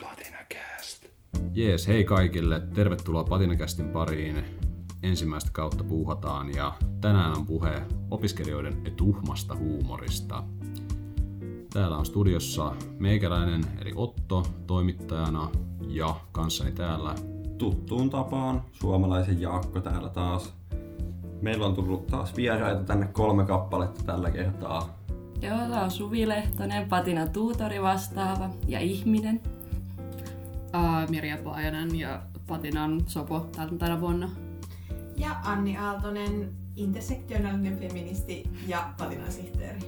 Patinacast. Jees, hei kaikille. Tervetuloa Patinacastin pariin. Ensimmäistä kautta puuhataan ja tänään on puhe opiskelijoiden tuhmasta huumorista. Täällä on studiossa meikäläinen eli Otto toimittajana ja kanssani täällä tuttuun tapaan suomalaisen Jaakko täällä taas. Meillä on tullut taas vieraita tänne 3 kappaletta tällä kertaa. Joo, tää on Suvi Lehtonen, Patinan tuutori vastaava ja ihminen. Mirja Paajanen ja Patinan Sopo tänä vuonna. Ja Anni Aaltonen, intersektionaalinen feministi ja Patinan sihteeri.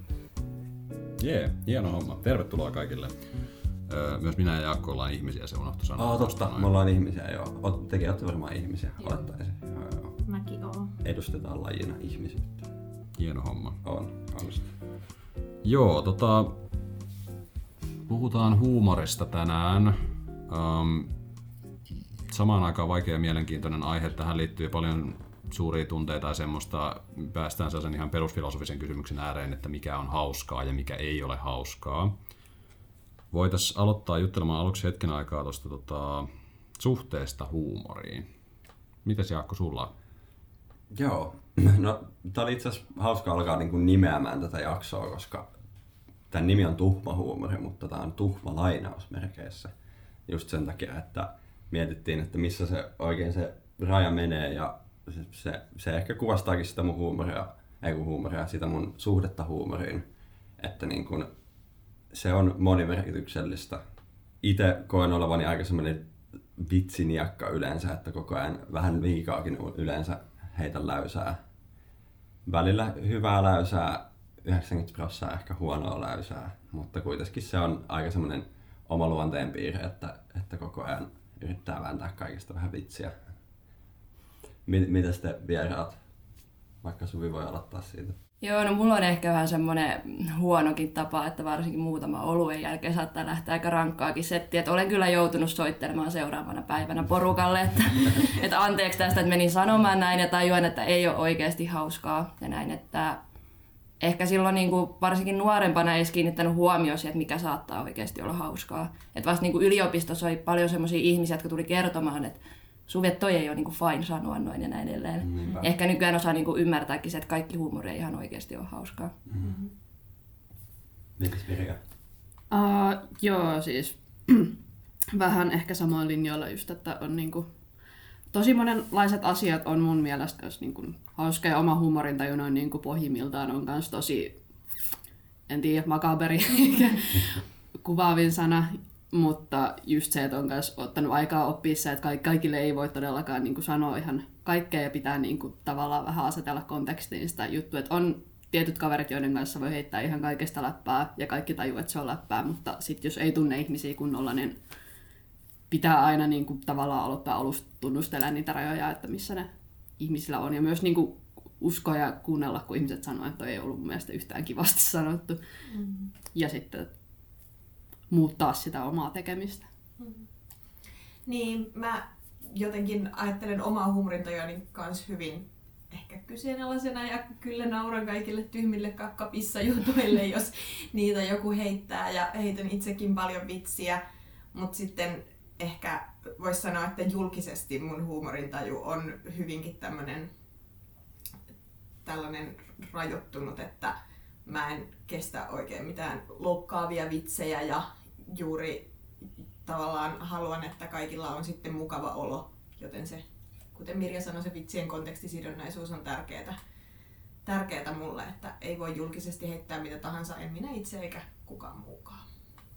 Hieno homma. Tervetuloa kaikille. Myös minä ja Jaakko ollaan ihmisiä, se unohtui sanoa. Totta, me ollaan ihmisiä joo. Tekin olette varmaan ihmisiä, olettaisin. Joo. Mäkin oon. Edustetaan lajina ihmisyyttä. Hieno homma. On. Joo, puhutaan huumorista tänään. Samaan aikaan vaikea ja mielenkiintoinen aihe. Tähän liittyy paljon suuria tunteita ja semmoista. Päästään sellaisen ihan perusfilosofisen kysymyksen ääreen, että mikä on hauskaa ja mikä ei ole hauskaa. Voitaisiin aloittaa juttelemaan aluksi hetken aikaa tuosta suhteesta huumoriin. Mitäs Jaakko sulla? Joo, no tää oli itse asiassa hauska alkaa niin kuin nimeämään tätä jaksoa, koska tämän nimi on tuhma huumori, mutta tää on tuhma lainausmerkeissä. Just sen takia, että mietittiin, että missä se oikein se raja menee ja se ehkä kuvastaakin sitä mun huumoria, sitä mun suhdetta huumoriin. Että niin kun se on monimerkityksellistä. Itse koen olevani aika semmoinen vitsiniakka yleensä, että koko ajan vähän liikaakin yleensä heitä läysää. Välillä hyvää läysää, 90% ehkä huonoa läysää, mutta kuitenkin se on aika semmoinen oma luonteen piirre, että koko ajan yrittää vääntää kaikista vähän vitsiä. Mitäs te vieraat? Vaikka Suvi voi aloittaa siitä. Joo, no mulla on ehkä vähän semmoinen huonokin tapa, että varsinkin muutama oluen jälkeen saattaa lähteä aika rankkaakin settiä. Että olen kyllä joutunut soittelemaan seuraavana päivänä porukalle, että anteeksi tästä, että menin sanomaan näin ja tajuan, että ei ole oikeasti hauskaa ja näin. Että ehkä silloin niin kuin varsinkin nuorempana ei edes kiinnittänyt huomioon siihen, että mikä saattaa oikeasti olla hauskaa. Että vasta niin kuin yliopistossa oli paljon semmoisia ihmisiä, jotka tuli kertomaan, että Suvi, että toi ei ole niinku fine sanoa noin ja näin edelleen. Niinpä. Ehkä nykyään osaa niinku ymmärtääkin se, että kaikki huumori ei ihan oikeasti ole hauskaa. Mm-hmm. Mitäs Mirja? Joo, siis vähän ehkä samoin linjoilla just, että on niinku tosi monenlaiset asiat on mun mielestä jos niinku hauska ja oma huumorintaju noin niinku pohjimmiltaan on kans tosi, en tiedä, makaberi kuvaavin sana. Mutta just se, että on myös ottanut aikaa oppia se, että kaikille ei voi todellakaan niin kuin sanoa ihan kaikkea ja pitää niin kuin tavallaan vähän asetella kontekstiin sitä juttua. Että on tietyt kaverit, joiden kanssa voi heittää ihan kaikesta läppää ja kaikki tajuu, että se on läppää, mutta sitten jos ei tunne ihmisiä kunnolla, niin pitää aina niin kuin tavallaan aloittaa alusta tunnustelemaan niitä rajoja, että missä ne ihmisillä on. Ja myös niin kuin uskoa ja kuunnella, kun ihmiset sanoo, että toi ei ollut mun mielestä yhtään kivasti sanottu. Mm-hmm. Ja sitten muuttaa sitä omaa tekemistä. Niin, mä jotenkin ajattelen omaa huumorintajuani kans hyvin ehkä kyseenalaisena ja kyllä nauran kaikille tyhmille kakkapissajutuille, jos niitä joku heittää ja heitän itsekin paljon vitsiä, mutta sitten ehkä voisi sanoa, että julkisesti mun huumorintaju on hyvinkin tällainen rajoittunut, että mä en kestä oikein mitään loukkaavia vitsejä ja juuri tavallaan haluan, että kaikilla on sitten mukava olo, joten se, kuten Mirja sanoi, se vitsien kontekstisidonnaisuus on tärkeää mulle, että ei voi julkisesti heittää mitä tahansa, en minä itse eikä kukaan muukaan.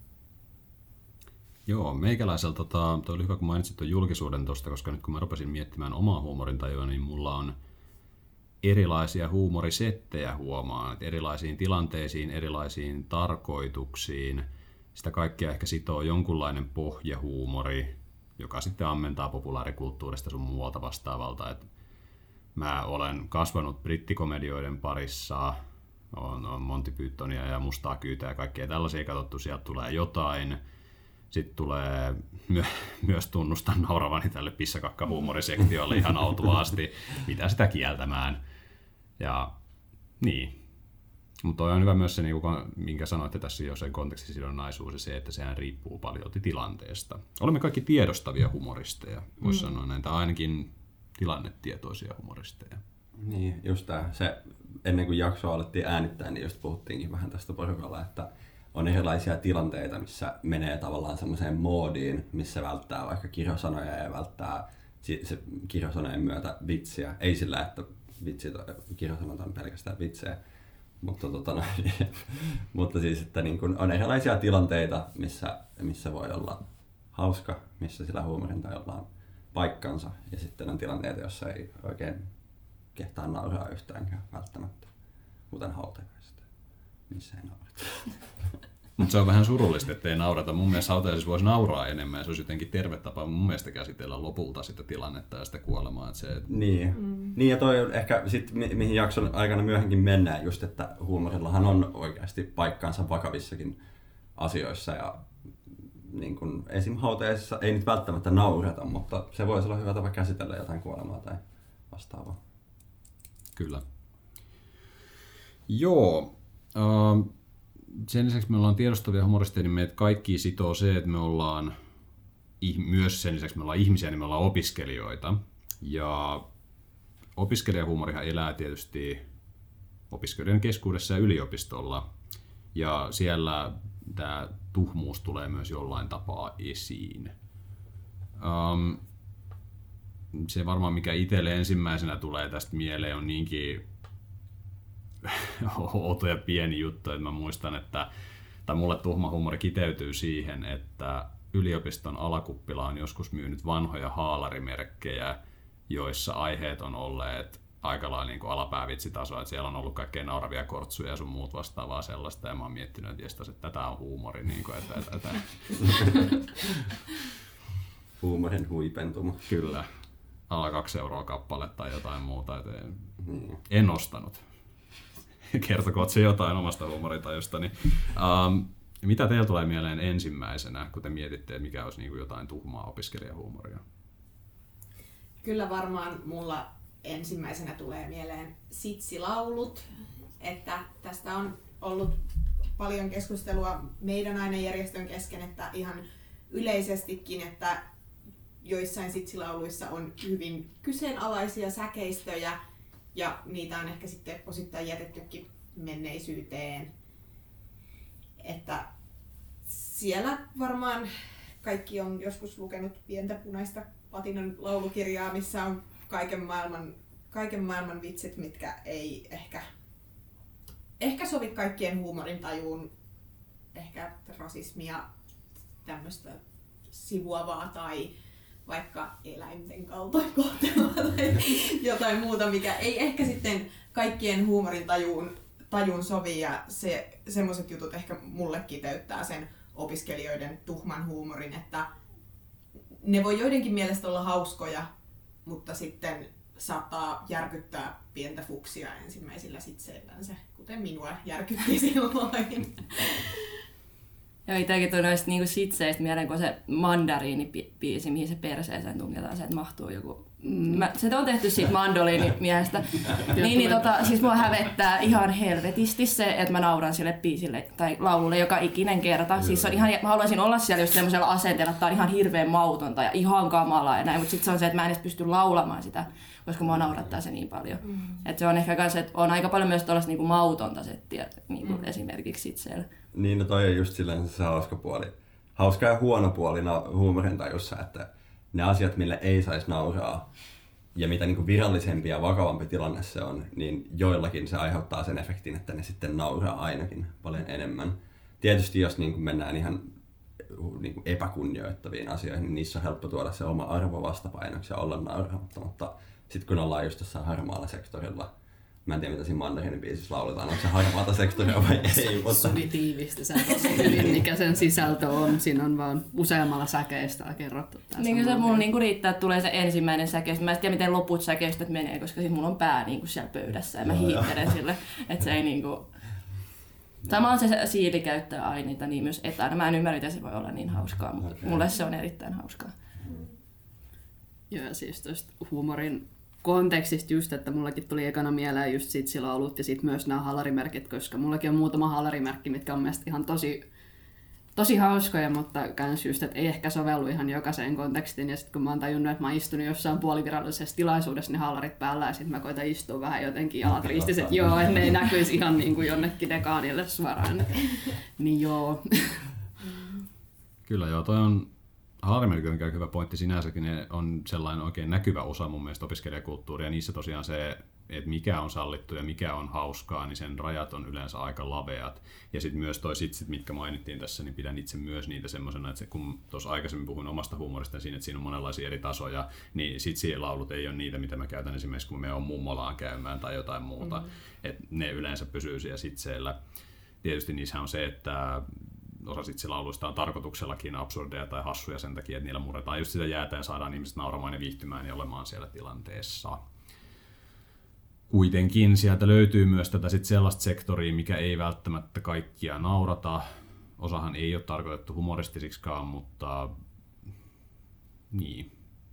Joo, meikäläiseltä toi oli hyvä, kun mainitsit tuon julkisuuden tuosta, koska nyt kun mä rupesin miettimään omaa huumorintajua, niin mulla on erilaisia huumorisettejä huomaan, että erilaisiin tilanteisiin, erilaisiin tarkoituksiin. Sitä kaikkea ehkä sitoo jonkunlainen pohjahuumori, joka sitten ammentaa populaarikulttuurista sun muualta vastaavalta. Et mä olen kasvanut brittikomedioiden parissa, on Monty Pythonia ja Mustaa Kyytää ja kaikkea tällaisia katsottu, sieltä tulee jotain. Sitten tulee myös tunnustan nauravani tälle pissakakka-huumorisektiolle ihan autuaasti, mitä sitä kieltämään. Ja niin, Mutta on hyvä myös se, minkä sanoitte tässä jo, sen kontekstisidonnaisuus ja se, että sehän riippuu paljon tilanteesta. Olemme kaikki tiedostavia humoristeja, voisi sanoa näin, tai ainakin tilannetietoisia humoristeja. Niin, just tää. Se, ennen kuin jaksoa alettiin äänittää, niin just puhuttiinkin vähän tästä porukalla, että on erilaisia tilanteita, missä menee tavallaan semmoiseen moodiin, missä välttää vaikka kirjasanoja ja välttää se kirjasanojen myötä vitsiä. Ei sillä, että kirjasanat on pelkästään vitsejä, mutta, mutta siis, että niin kun on erilaisia tilanteita, missä voi olla hauska, missä sillä huumorintajulla on paikkansa, ja sitten on tilanteita, joissa ei oikein kehtaa nauraa yhtäänkään välttämättä, kuten hautajaisista, missä ei naurata. Mutta se on vähän surullista, ettei naurata. Mun mielestä hautajaisissa voisi nauraa enemmän ja se olisi jotenkin terve tapa mun mielestä käsitellä lopulta sitä tilannetta ja sitä kuolemaa. Niin. Niin, ja toi on ehkä sit, mihin jakson aikana myöhemmin mennään, just että huumorillahan on oikeasti paikkaansa vakavissakin asioissa. Ja niin kun esim. Hautajaisissa ei nyt välttämättä naurata, mutta se voisi olla hyvä tapa käsitellä jotain kuolemaa tai vastaavaa. Kyllä. Joo. Sen lisäksi me ollaan tiedostavia humoristeja, niin meitä kaikki sitoo se, että me ollaan myös sen lisäksi me ollaan ihmisiä, niin me ollaan opiskelijoita. Ja opiskelijahuumorihan elää tietysti opiskelijoiden keskuudessa ja yliopistolla. Ja siellä tämä tuhmuus tulee myös jollain tapaa esiin. Se varmaan mikä itselle ensimmäisenä tulee tästä mieleen on niinkin outo ja pieni juttu, että mä muistan, että mulle tuhma huumori kiteytyy siihen, että yliopiston alakuppila on joskus myynyt vanhoja haalarimerkkejä, joissa aiheet on olleet aika lailla niin kuin alapäävitsitasoa, että siellä on ollut kaikkein nauravia kortsuja ja sun muut vastaavaa sellaista, ja mä oon miettinyt, että tätä on huumori. Niin kuin, että. Huumorin huipentuma. Kyllä. Alla 2 euroa kappale tai jotain muuta. En ostanut. Kertokoot se jotain omasta huumorintajustani. Mitä teillä tulee mieleen ensimmäisenä, kun te mietitte, että mikä olisi niin kuin jotain tuhmaa opiskelijahuumoria? Kyllä varmaan mulla ensimmäisenä tulee mieleen sitsilaulut, että tästä on ollut paljon keskustelua meidän ainejärjestön kesken, että ihan yleisestikin, että joissain sitsilauluissa on hyvin kyseenalaisia säkeistöjä ja niitä on ehkä sitten osittain jätettykin menneisyyteen. Että siellä varmaan kaikki on joskus lukenut Pientä punaista patinan laulukirjaa, missä on kaiken maailman vitsit, mitkä ei ehkä sovi kaikkien huumorintajuun. Ehkä rasismia, tämmöistä sivuavaa tai vaikka eläinten kaltoinkohtelua tai jotain muuta, mikä ei ehkä sitten kaikkien huumorintajuun sovi, ja semmoiset jutut ehkä mulle kiteyttää sen opiskelijoiden tuhman huumorin, että ne voi joidenkin mielestä olla hauskoja, mutta sitten saattaa järkyttää pientä fuksia ensimmäisillä sitseillänsä, kuten minua järkytti silloin. Ja itsekin tuli noista niinku sitseistä mieleen, kun se mandariini-biisi, mihin se perseeseen tungetaan, se, että mahtuu joku. Se on tehty siitä mandoliinimiehestä. Siis mua hävettää ihan helvetisti se, että mä nauran sille biisille tai laululle joka ikinen kerta. Siis on ihan, mä haluaisin olla siellä just semmoisella asenteella, että tää on ihan hirveän mautonta ja ihan kamalaa ja näin, mutta sitten se on se, että mä en edes pysty laulamaan sitä, koska mua naurattaa se niin paljon. Et se on ehkä kans, että on aika paljon myös tuollaista niinku mautonta settiä, niinku esimerkiksi sitseillä. Niin, no toi on just silleen se hauska puoli. Hauska ja huono puoli huumorintajussa, että ne asiat, mille ei saisi nauraa, ja mitä niin virallisempi ja vakavampi tilanne se on, niin joillakin se aiheuttaa sen efektin, että ne sitten nauraa ainakin paljon enemmän. Tietysti jos niin mennään ihan niin epäkunnioittaviin asioihin, niin niissä on helppo tuoda se oma arvo vastapainoksi ja olla nauraamatta, mutta sitten kun ollaan just jossain harmaalla sektorilla, mä en tiedä mitä siinä Mandariini-biisissä lauletaan, onko se harmaata sektoria vai ei. Mutta subjektiivista sen tosi hyvin, mikä sen sisältö on. Siinä on vaan useammalla säkeistä kerrottu. Niin se mulla niinku riittää, että tulee se ensimmäinen säkeistö. Mä en tiedä miten loput säkeistöt menee, koska siis mulla on pää niinku siellä pöydässä ja mä hiittelen sille. Että se ei niinku. Sama on se Siili käyttää aineita niin myös etänä. Mä en ymmärrä, että se voi olla niin hauskaa, mutta mulle se on erittäin hauskaa. Joo, siis tuosta huumorin kontekstista just, että mullakin tuli ekana mieleen just sitsilaulut ja sitten myös nämä haalarimerkit, koska mullakin on muutama haalarimerkki, mitkä on mielestäni ihan tosi hauskoja, mutta kans just, että ei ehkä sovellu ihan jokaiseen kontekstiin. Ja sitten kun mä oon tajunnut, että mä oon istunut jossain puolivirallisessa tilaisuudessa, niin haalarit päällä ja sitten mä koitan istua vähän jotenkin jalat ristissä, että joo, että ne ei näkyisi ihan niin kuin jonnekin dekaanille suoraan. Niin joo. Kyllä joo, toi on haalarimerkki on hyvä pointti sinänsäkin, ne on sellainen oikein näkyvä osa mun mielestä opiskelijakulttuuria, ja niissä tosiaan se, että mikä on sallittu ja mikä on hauskaa, niin sen rajat on yleensä aika laveat. Ja sitten myös toi sitsit, mitkä mainittiin tässä, niin pidän itse myös niitä semmoisena, että kun tuossa aikaisemmin puhuin omasta huumorista siinä, että siinä on monenlaisia eri tasoja, niin sitsilaulut ei ole niitä, mitä mä käytän esimerkiksi, kun me on mummolaan käymään tai jotain muuta. Että ne yleensä pysyy siellä sitseillä. Tietysti niissä on se, että osa sitsilauluista on tarkoituksellakin absurdeja tai hassuja sen takia, että niillä murretaan just sitä jäätä ja saadaan ihmiset nauramaan ja viihtymään ja olemaan siellä tilanteessa. Kuitenkin sieltä löytyy myös tätä sit sellaista sektoria, mikä ei välttämättä kaikkia naurata. Osahan ei ole tarkoitettu humoristisiksikaan, mutta niin.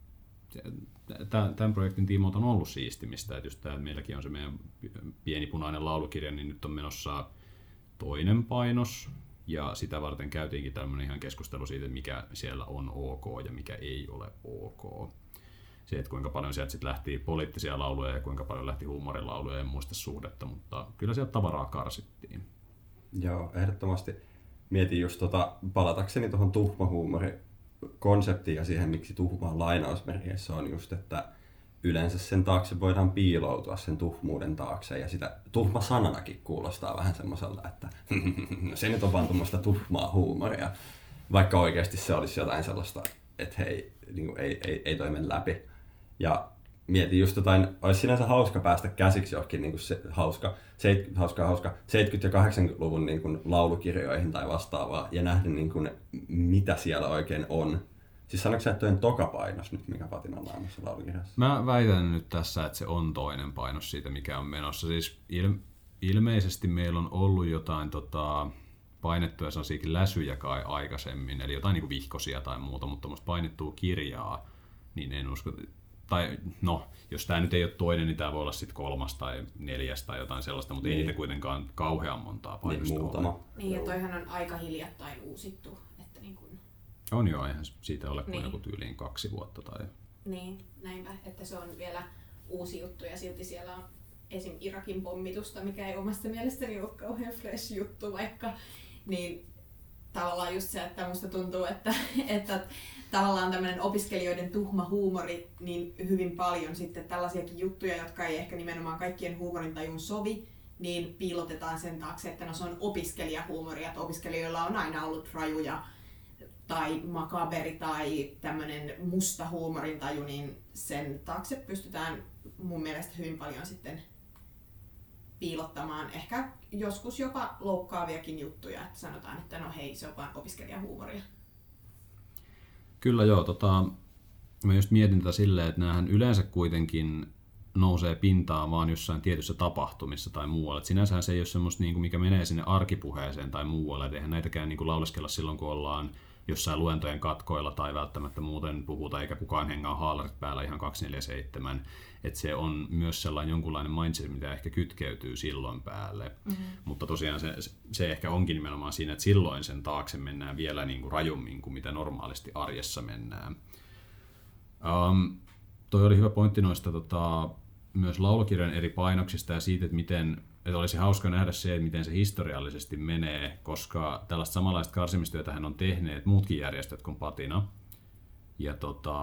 Tämän projektin tiimoilta on ollut siistimistä. Että just tämä, että meilläkin on se meidän pieni punainen laulukirja, niin nyt on menossa toinen painos. Ja sitä varten käytiinkin tämmöinen ihan keskustelu siitä, että mikä siellä on ok ja mikä ei ole ok. Se, että kuinka paljon sieltä sitten lähti poliittisia lauluja ja kuinka paljon lähti huumorilauluja, en muista suhdetta, mutta kyllä sieltä tavaraa karsittiin. Joo, ehdottomasti. Mietin just palatakseni tuohon tuhmahuumorikonseptiin ja siihen, miksi tuhmaan lainausmerkeissä on just, että yleensä sen taakse voidaan piiloutua sen tuhmuuden taakse ja sitä tuhma-sananakin kuulostaa vähän semmoiselta, että se nyt on vaan tuommoista tuhmaa huumoria, vaikka oikeasti se olisi jotain sellaista, että hei, niin kuin ei toimi läpi. Ja mietin just jotain, olisi sinänsä hauska päästä käsiksi johonkin niin kuin hauska 70- ja 80-luvun niin kuin laulukirjoihin tai vastaavaa ja nähdä niin kuin, mitä siellä oikein on. Siis sanoitko sä, että toinen toka painos nyt, mikä Patinalla on tässä laulukirjassa? Mä väitän nyt tässä, että se on toinen painos siitä, mikä on menossa. Siis ilmeisesti meillä on ollut jotain painettuja sellaisiakin läsyjä kai aikaisemmin, eli jotain niin kuin vihkosia tai muuta, mutta tuommoista painettua kirjaa, niin en usko. Tai no, jos tämä nyt ei ole toinen, niin tämä voi olla sitten 3. tai 4. tai jotain sellaista, mutta niin. Ei niitä kuitenkaan kauhean montaa painosta muutama. Niin, ja toihan on aika hiljattain uusittu. Että niin kuin... On joo, eihän siitä ole kuin joku tyyliin 2 vuotta. Tai... Niin, näinpä, että se on vielä uusi juttu ja silti siellä on esim. Irakin pommitusta, mikä ei omasta mielestäni ole kauhean fresh juttu vaikka. Niin tavallaan just se, että musta tuntuu, että tavallaan tämmöinen opiskelijoiden tuhma huumori, niin hyvin paljon sitten tällaisiakin juttuja, jotka ei ehkä nimenomaan kaikkien huumorintajuun sovi, niin piilotetaan sen taakse, että no se on opiskelijahuumoria, että opiskelijoilla on aina ollut rajuja tai makaberi tai tämmöinen musta huumorintaju, niin sen taakse pystytään mun mielestä hyvin paljon sitten piilottamaan ehkä joskus jopa loukkaaviakin juttuja, että sanotaan, että no hei, se on vaan opiskelijahuumoria. Kyllä joo, mä just mietin tätä silleen, että näähän yleensä kuitenkin nousee pintaan vaan jossain tietyssä tapahtumissa tai muualla. Et sinänsähän se ei ole semmoista, mikä menee sinne arkipuheeseen tai muualle, et eihän näitäkään lauleskella silloin, kun ollaan jossain luentojen katkoilla tai välttämättä muuten puhuta, eikä kukaan hengaa haalarit päällä ihan 247. Että se on myös sellainen jonkunlainen mindset, mitä ehkä kytkeytyy silloin päälle. Mm-hmm. Mutta tosiaan se ehkä onkin nimenomaan siinä, että silloin sen taakse mennään vielä niin kuin rajummin kuin mitä normaalisti arjessa mennään. Toi oli hyvä pointti noista myös laulukirjan eri painoksista ja siitä, että olisi hauska nähdä se, että miten se historiallisesti menee, koska tällaista samanlaista karsimistyötähän on tehneet muutkin järjestöt kuin Patina. Ja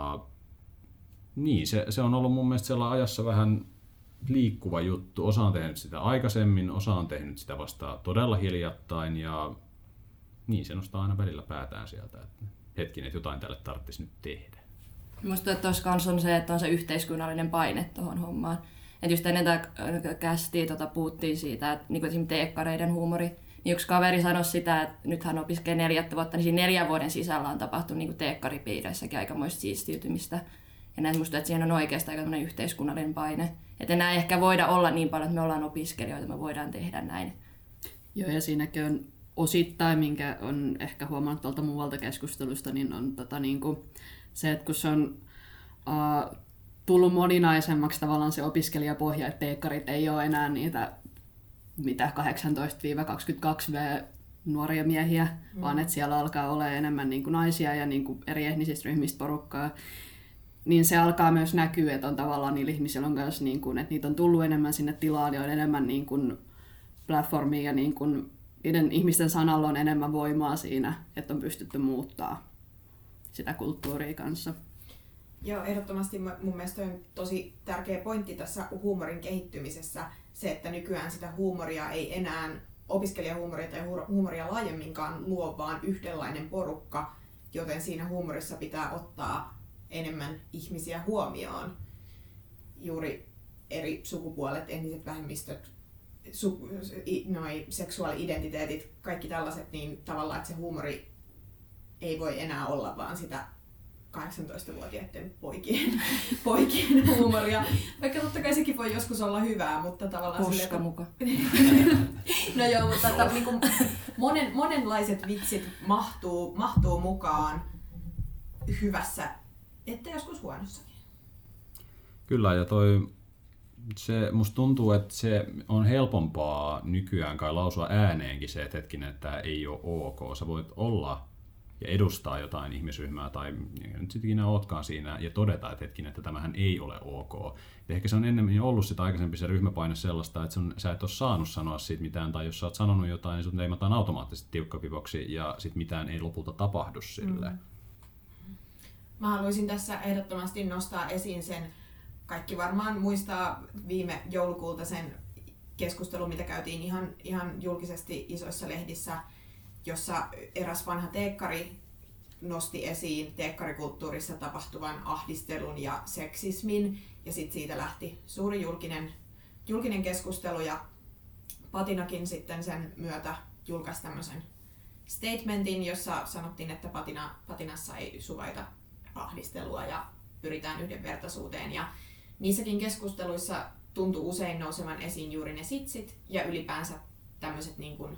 niin, se on ollut mun mielestä sellainen ajassa vähän liikkuva juttu. Osa on tehnyt sitä aikaisemmin, osa on tehnyt sitä vasta todella hiljattain ja niin se nostaa aina välillä päätään sieltä, että hetkinen, että jotain tälle tarvitsisi nyt tehdä. Musta tuossa kanssa on se, että on se yhteiskunnallinen paine tuohon hommaan. Että just ennen tätä kästiä puhuttiin siitä, että niin esimerkiksi teekkareiden huumori, niin yksi kaveri sanoi sitä, että nyt hän opiskelee 4 vuotta, niin siinä 4 vuoden sisällä on tapahtunut niin teekkaripiireissäkin aikamoista siistiytymistä. Ja näin musta, että siihen on oikeastaan aika yhteiskunnallinen paine. Että enää ei ehkä voida olla niin paljon, että me ollaan opiskelijoita, me voidaan tehdä näin. Joo, ja siinäkin on osittain, minkä on ehkä huomannut tuolta muualta keskustelusta, niin on niin kuin se, että kun se on tullut moninaisemmaksi tavallaan se opiskelijapohja, että teekkarit ei ole enää niitä 18-22V nuoria miehiä, vaan että siellä alkaa olla enemmän niin kuin naisia ja niin kuin eri etnisistä ryhmistä porukkaa. Niin se alkaa myös näkyä, että on tavallaan niillä ihmisillä on myös, niin kuin, että niitä on tullut enemmän sinne tilaan ja on enemmän niin kuin platformia ja niin kuin, niiden ihmisten sanalla on enemmän voimaa siinä, että on pystytty muuttaa sitä kulttuuria kanssa. Joo, ehdottomasti mun mielestä on tosi tärkeä pointti tässä huumorin kehittymisessä se, että nykyään sitä huumoria ei enää opiskelijahuumoria tai huumoria laajemminkaan luo vaan yhdenlainen porukka, joten siinä huumorissa pitää ottaa enemmän ihmisiä huomioon. Juuri eri sukupuolet, etniset vähemmistöt, noi seksuaali-identiteetit, kaikki tällaiset, niin tavallaan, että se huumori ei voi enää olla vaan sitä 18-vuotiaiden poikien huumoria. Vaikka totta kai sekin voi joskus olla hyvää, mutta tavallaan... Koska muka. No joo, mutta niin kuin monenlaiset vitsit mahtuu mukaan hyvässä, että joskus huonossakin. Kyllä, ja musta tuntuu, että se on helpompaa nykyään kai lausua ääneenkin se, että hetkinen, että tämä ei ole ok. Sä voit olla ja edustaa jotain ihmisryhmää tai nyt sitten ikinä ootkaan siinä ja todeta, että hetkinen, että tämähän ei ole ok. Ja ehkä se on ennemmin ollut sitä aikaisempi se ryhmäpaine sellaista, että sä et ole saanut sanoa siitä mitään, tai jos sä oot sanonut jotain, niin sut leimataan automaattisesti tiukkapivoksi ja sit mitään ei lopulta tapahdu sille. Mä haluaisin tässä ehdottomasti nostaa esiin sen, kaikki varmaan muistaa viime joulukuulta sen keskustelun, mitä käytiin ihan julkisesti isoissa lehdissä, jossa eräs vanha teekkari nosti esiin teekkarikulttuurissa tapahtuvan ahdistelun ja seksismin, ja sitten siitä lähti suuri julkinen keskustelu, ja Patinakin sitten sen myötä julkaisi tämmöisen statementin, jossa sanottiin, että Patinassa ei suvaita ahdistelua ja pyritään yhdenvertaisuuteen, ja niissäkin keskusteluissa tuntui usein nousevan esiin juuri ne sitsit ja ylipäänsä tämmöiset niin kuin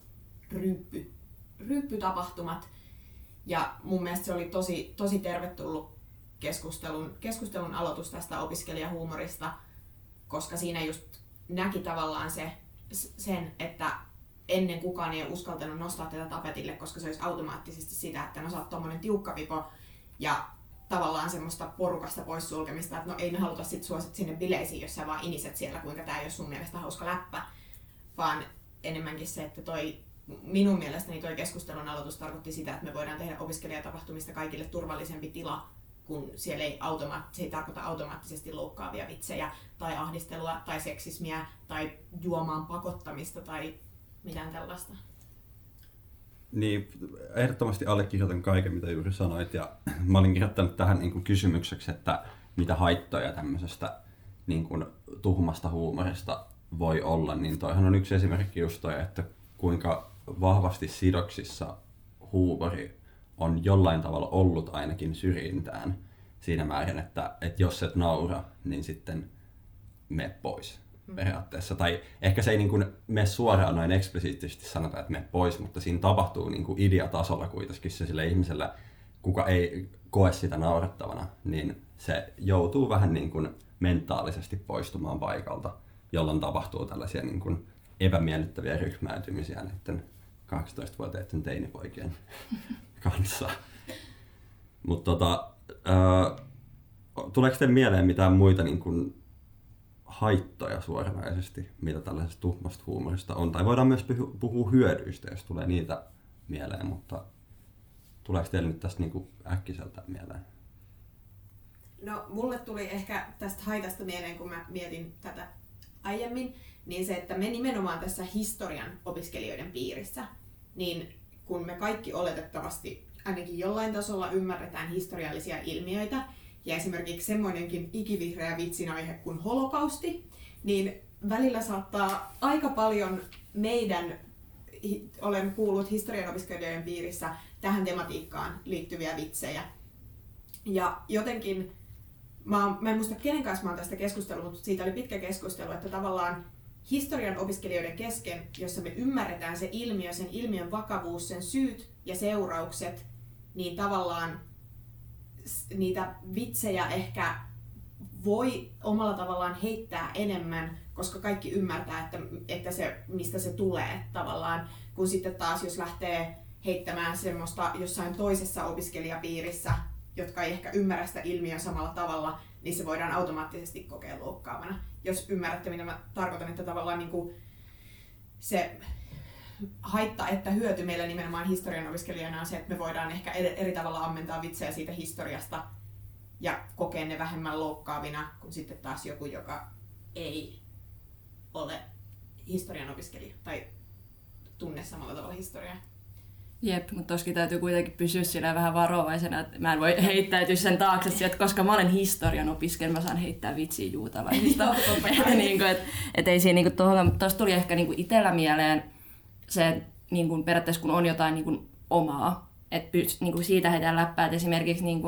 ryyppytapahtumat. Ja mun mielestä se oli tosi tervetullut keskustelun aloitus tästä opiskelijahuumorista, koska siinä just näki tavallaan sen, että ennen kukaan ei ole uskaltanut nostaa tätä tapetille, koska se olisi automaattisesti sitä, että no sä oot tommonen tiukkapipo ja tavallaan semmoista porukasta poissulkemista, että no ei me haluta sit sua sinne bileisiin, jos sä vaan iniset siellä, kuinka tää ei ole sun mielestä hauska läppä, vaan enemmänkin se, että minun mielestäni toi keskustelun aloitus tarkoitti sitä, että me voidaan tehdä opiskelijatapahtumista kaikille turvallisempi tila, kun siellä se ei tarkoita automaattisesti loukkaavia vitsejä tai ahdistelua tai seksismiä tai juomaan pakottamista tai mitään tällaista. Niin, ehdottomasti allekirjoitan kaiken, mitä juuri sanoit, ja mä olin kirjoittanut tähän niin kuin kysymykseksi, että mitä haittoja tämmöisestä niin kuin tuhmasta huumorista voi olla, niin toihan on yksi esimerkki just toi, että kuinka vahvasti sidoksissa huumori on jollain tavalla ollut ainakin syrjintään siinä määrin, että jos et naura, niin sitten mene pois periaatteessa. Tai ehkä se ei niin kuin mene suoraan noin eksplisiittisesti sanota, että mene pois, mutta siinä tapahtuu niin kuin ideatasolla kuitenkin se sille ihmiselle, kuka ei koe sitä naurettavana, niin se joutuu vähän niin kuin mentaalisesti poistumaan paikalta, jolloin tapahtuu tällaisia niin kuin epämiellyttäviä ryhmäytymisiä näiden 12-vuotiaiden teinipoikien kanssa. Mutta tuleeko teille mieleen mitään muita niin kuin haittoja suoranaisesti, mitä tällaisesta tuhmasta huumorista on? Tai voidaan myös puhua hyödyistä, jos tulee niitä mieleen, mutta tuleeko teille nyt tästä niin kuin äkkiseltä mieleen? No, mulle tuli ehkä tästä haitasta mieleen, kun mä mietin tätä aiemmin, niin se, että me nimenomaan tässä historian opiskelijoiden piirissä, niin kun me kaikki oletettavasti ainakin jollain tasolla ymmärretään historiallisia ilmiöitä, ja esimerkiksi semmoinenkin ikivihreä vitsin aihe kuin holokausti, niin välillä saattaa aika paljon olen kuullut historian opiskelijoiden piirissä tähän tematiikkaan liittyviä vitsejä. Ja jotenkin, mä en muista kenen kanssa mä oon tästä keskustellut, mutta siitä oli pitkä keskustelu, että tavallaan historian opiskelijoiden kesken, jossa me ymmärretään se ilmiö, sen ilmiön vakavuus, sen syyt ja seuraukset, niin tavallaan niitä vitsejä ehkä voi omalla tavallaan heittää enemmän, koska kaikki ymmärtää, että se, mistä se tulee tavallaan, kun sitten taas jos lähtee heittämään semmoista jossain toisessa opiskelijapiirissä, jotka ei ehkä ymmärrä sitä ilmiöä samalla tavalla, niin se voidaan automaattisesti kokea loukkaavana. Jos ymmärrätte, mitä mä tarkoitan, että tavallaan niin kuin se haitta että hyöty meillä nimenomaan historian opiskelijana on se, että me voidaan ehkä eri tavalla ammentaa vitsejä siitä historiasta ja kokea ne vähemmän loukkaavina kuin sitten taas joku, joka ei ole historian opiskelija tai tunne samalla tavalla historiaa. Jep, mutta toskin täytyy kuitenkin pysyä siinä vähän varovaisena, että mä en voi heittäytyä sen taakse, että koska mä olen historian opiskelija, mä saan heittää vitsiä juutalaisista. Et ei siinä niinku tuosta tuli ehkä niinku itsellä mieleen se niinku periaatteessa kun on jotain niinku omaa, että niinku siitä heitään läppää, että esimerkiksi niinku,